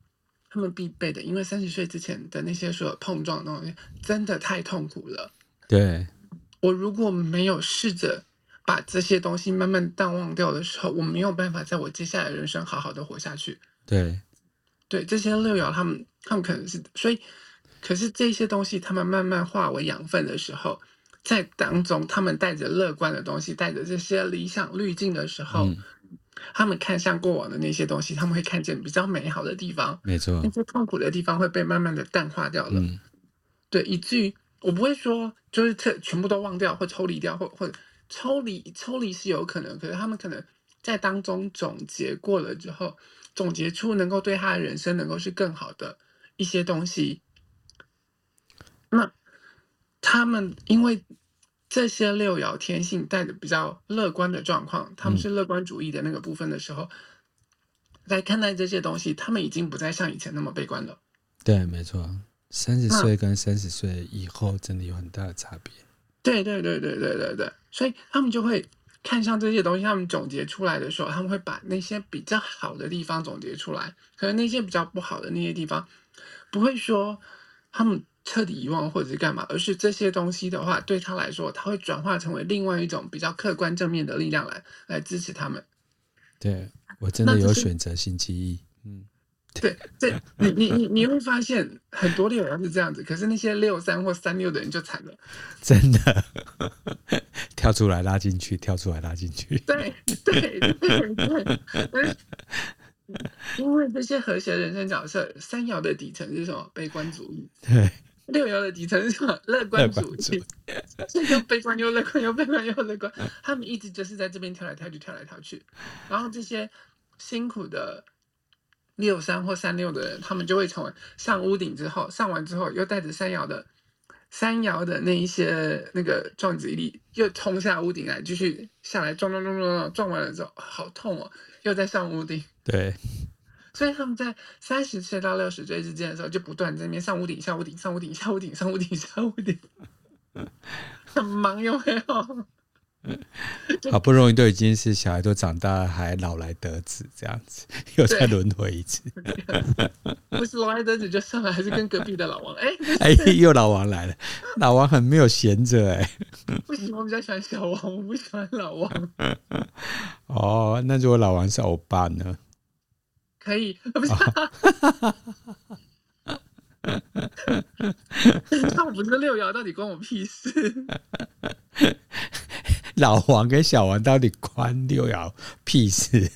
他们必备的，因为30岁之前的那些所有碰撞的东西真的太痛苦了。 对， 我如果没有试着把这些东西慢慢淡忘掉的时候，我没有办法在我接下来的人生好好的活下去。 对， 对，这些六爻他们可能是，所以可是这些东西他们慢慢化为养分的时候，在当中他们带着乐观的东西，带着这些理想滤镜的时候，他们看向过往的那些东西，他们会看见比较美好的地方， 没错， 那些痛苦的地方会被慢慢的淡化掉了。对，以至于我不会说就是全部都忘掉或抽离掉，或者抽离是有可能，可是他们可能在当中总结过了之后，总结出能够对他的人生能够是更好的一些东西。那他们因为这些六爻天性带着比较乐观的状况，他们是乐观主义的那个部分的时候，来看待这些东西，他们已经不再像以前那么悲观了。 对，没错，30岁跟30岁以后真的有很大的差别。 对，所以他们就会看上这些东西，他们总结出来的时候，他们会把那些比较好的地方总结出来，可能那些比较不好的那些地方，不会说他们彻底遗忘或者是干嘛，而是这些东西的话，对他来说，他会转化成为另外一种比较客观正面的力量来支持他们。 对，我真的有选择性记忆。 对，你会发现很多六爻是这样子，可是那些63或36的人就惨了， 真的跳出来拉进去，跳出来拉进去。 对，因为这些和谐人生角色，3爻的底层是什么？悲观主义。 对 ，6爻的底层是什么？乐观主义。所以又悲观又乐观，又悲观又乐观，他们一直就是在这边跳来跳去，跳来跳去。然后这些辛苦的63或36的人，他们就会成为上屋顶之后，上完之后又带着3爻的那一些那个撞击力，又冲下屋顶来，继续下来撞完了之后，好痛哦，又在上屋顶。 对， 所以他们在30岁到60岁之间的时候，就不断在那边上屋顶、下屋顶、上屋顶、下屋顶、上屋顶、下屋顶，很忙有没有？ 好不容易都已经是小孩都长大了，还老来得子这样子，又再轮回一次。 不是老来得子就算了，还是跟隔壁的老王。 又老王来了，老王很没有闲着不行，我比较喜欢小王，我不喜欢老王。 哦，那如果老王是欧巴呢？ 可以，不是。那我不是6爻，到底关我屁事？ 老王跟小王到底关6爻屁事？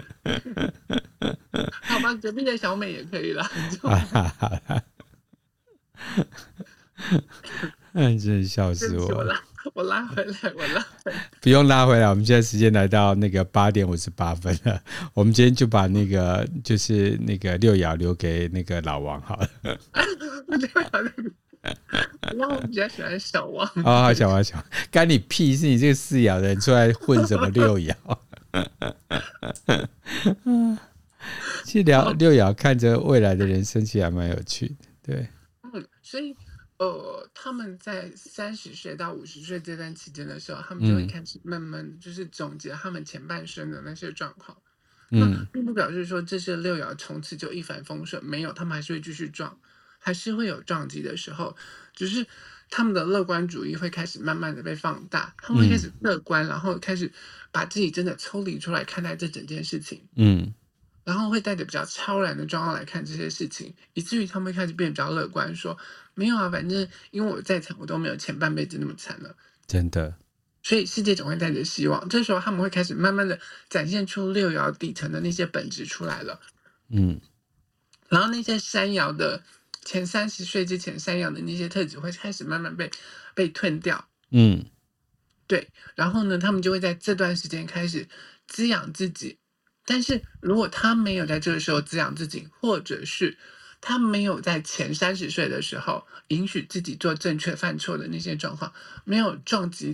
好吧，隔壁的小美也可以啦。 真是笑死我了！ 我拉回来。 不用拉回来，我们现在时间来到那个8点58分了。我们今天就把那个就是那个6爻留给那个老王好了。 然后我比较喜欢小王。 哦，小王，干你屁事！你这个4爻的人出来混什么6爻？其实聊6爻，看着未来的人生，其实还蛮有趣的。对， 所以他们在30岁到50岁这段期间的时候，他们就会开始慢慢就是总结他们前半生的那些状况。那并不表示说这些6爻从此就一帆风顺，没有，他们还是会继续撞，还是会有撞击的时候，只是他们的乐观主义会开始慢慢的被放大，他们会开始乐观，然后开始把自己真的抽离出来看待这整件事情。然后会带着比较超然的状况来看这些事情，以至于他们会开始变得比较乐观，说没有啊，反正因为我再惨，我都没有前半辈子那么惨了， 真的。 所以世界总会带着希望。这时候他们会开始慢慢的展现出6爻底层的那些本质出来了。然后那些3爻的前30岁之前3爻的那些特质会开始慢慢被吞掉。对，然后呢，他们就会在这段时间开始滋养自己。但是如果他没有在这个时候滋养自己，或者是他没有在前30岁的时候允许自己做正确犯错的那些状况，没有撞击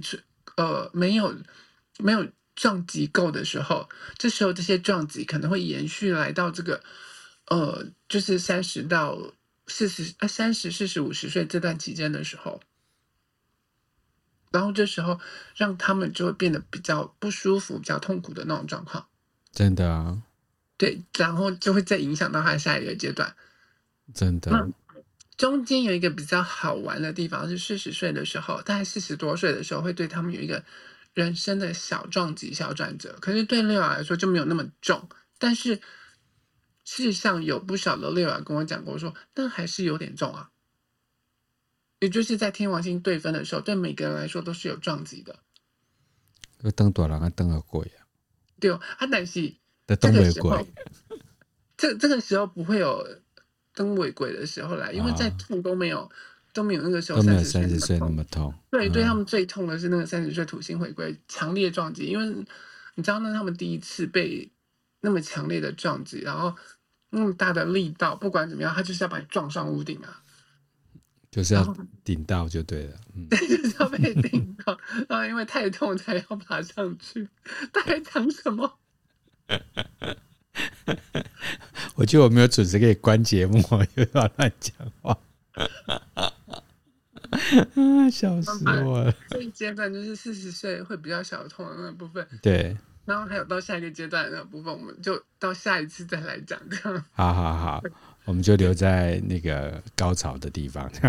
没有撞击够的时候，这时候这些撞击可能会延续来到这个就是30到40、30、40、50岁这段期间的时候，然后这时候让他们就会变得比较不舒服、比较痛苦的那种状况。 真的啊， 对，然后就会再影响到他下一个阶段。 真的。 那中间有一个比较好玩的地方是40岁的时候，大概40多岁的时候，会对他们有一个人生的小撞击、小转折。可是对六爻来说就没有那么重，但是事实上有不少的六爻跟我讲过说，但还是有点重啊。也就是在天王星对分的时候，对每个人来说都是有撞击的。 当大人当个鬼啊， 对啊，但是当尾鬼， 这个时候不会有灯尾鬼的时候来，因为在痛都没有那个时候都没有 30 岁那么痛。 对，对他们最痛的是那个30岁土星回归强烈撞击，因为你知道那他们第一次被那么强烈的撞击，然后那么大的力道，不管怎么样，他就是要把你撞上屋顶啊， 就是要顶到就对了。 对，就是要被顶到，然后因为太痛才要爬上去。大概讲什么？ 我觉得我没有准时可以关节目，又要乱讲话。笑死我了！ 这一阶段就是40岁会比较小痛的那个部分， 对， 然后还有到下一个阶段的那个部分，我们就到下一次再来讲。这样， 好，我们就留在那个高潮的地方。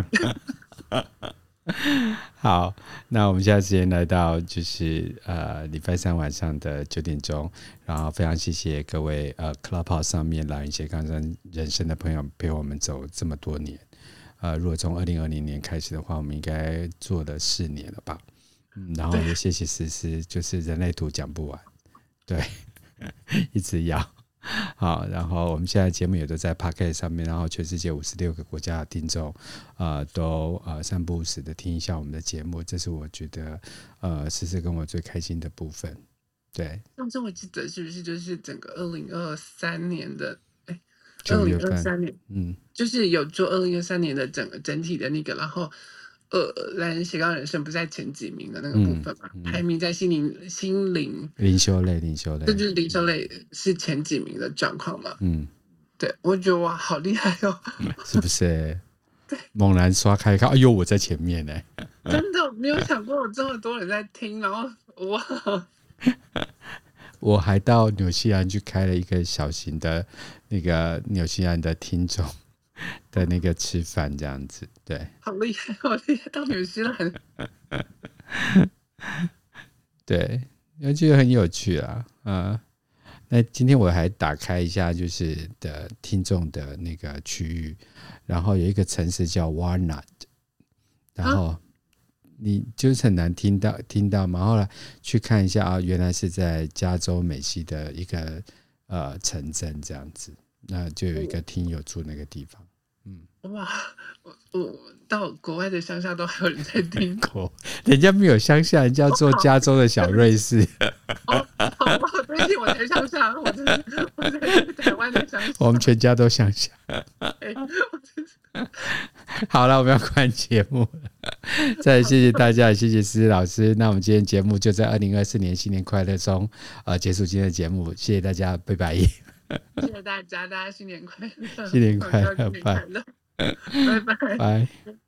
好，那我们现在时间来到就是礼拜三晚上的9点钟，然后非常谢谢各位Clubhouse 上面蓝云斜杠人生的朋友陪我们走这么多年。如果从2020年开始的话，我们应该做了4年了吧。然后也谢谢思思，就是人类图讲不完，对，一直要。好，然后我们现在节目也都在 Podcast 上面，然后全世界56个国家的听众都3不5时的听一下我们的节目，这是我觉得思思跟我最开心的部分。对， 上次我记得是不是就是整个2023年的 9月份 2023年，就是有做2023年的整体的那个，然后蓝人斜杠人生不在前几名的那个部分嘛，排名在心灵灵修类， 这就是灵修类是前几名的状况嘛。对，我觉得哇，好厉害哦， 是不是？猛然刷开看，哎呦，我在前面呢！ 真的没有想过有这么多人在听，然后哇！ 我还到纽西兰去开了一个小型的那个纽西兰的听众的那个吃饭这样子，对， 好厉害，好厉害，到纽西兰， 对，我觉得很有趣啦，那今天我还打开一下就是的听众的那个区域，然后有一个城市叫 Walnut， 然后你就是很难听到嘛，后来去看一下啊，原来是在加州美西的一个城镇这样子，那就有一个听友住那个地方。 哇，我到国外的乡下都还有人在听， 人家没有乡下，人家做加州的小瑞士。 好，对不起，我才乡下，我在台湾的乡下， 我们全家都乡下。好了，我们要关节目了。再谢谢大家，也谢谢思思老师。那我们今天节目就在2024年新年快乐中结束今天的节目，谢谢大家，拜拜。 谢谢大家，大家新年快乐， 新年快乐， 拜拜，拜拜。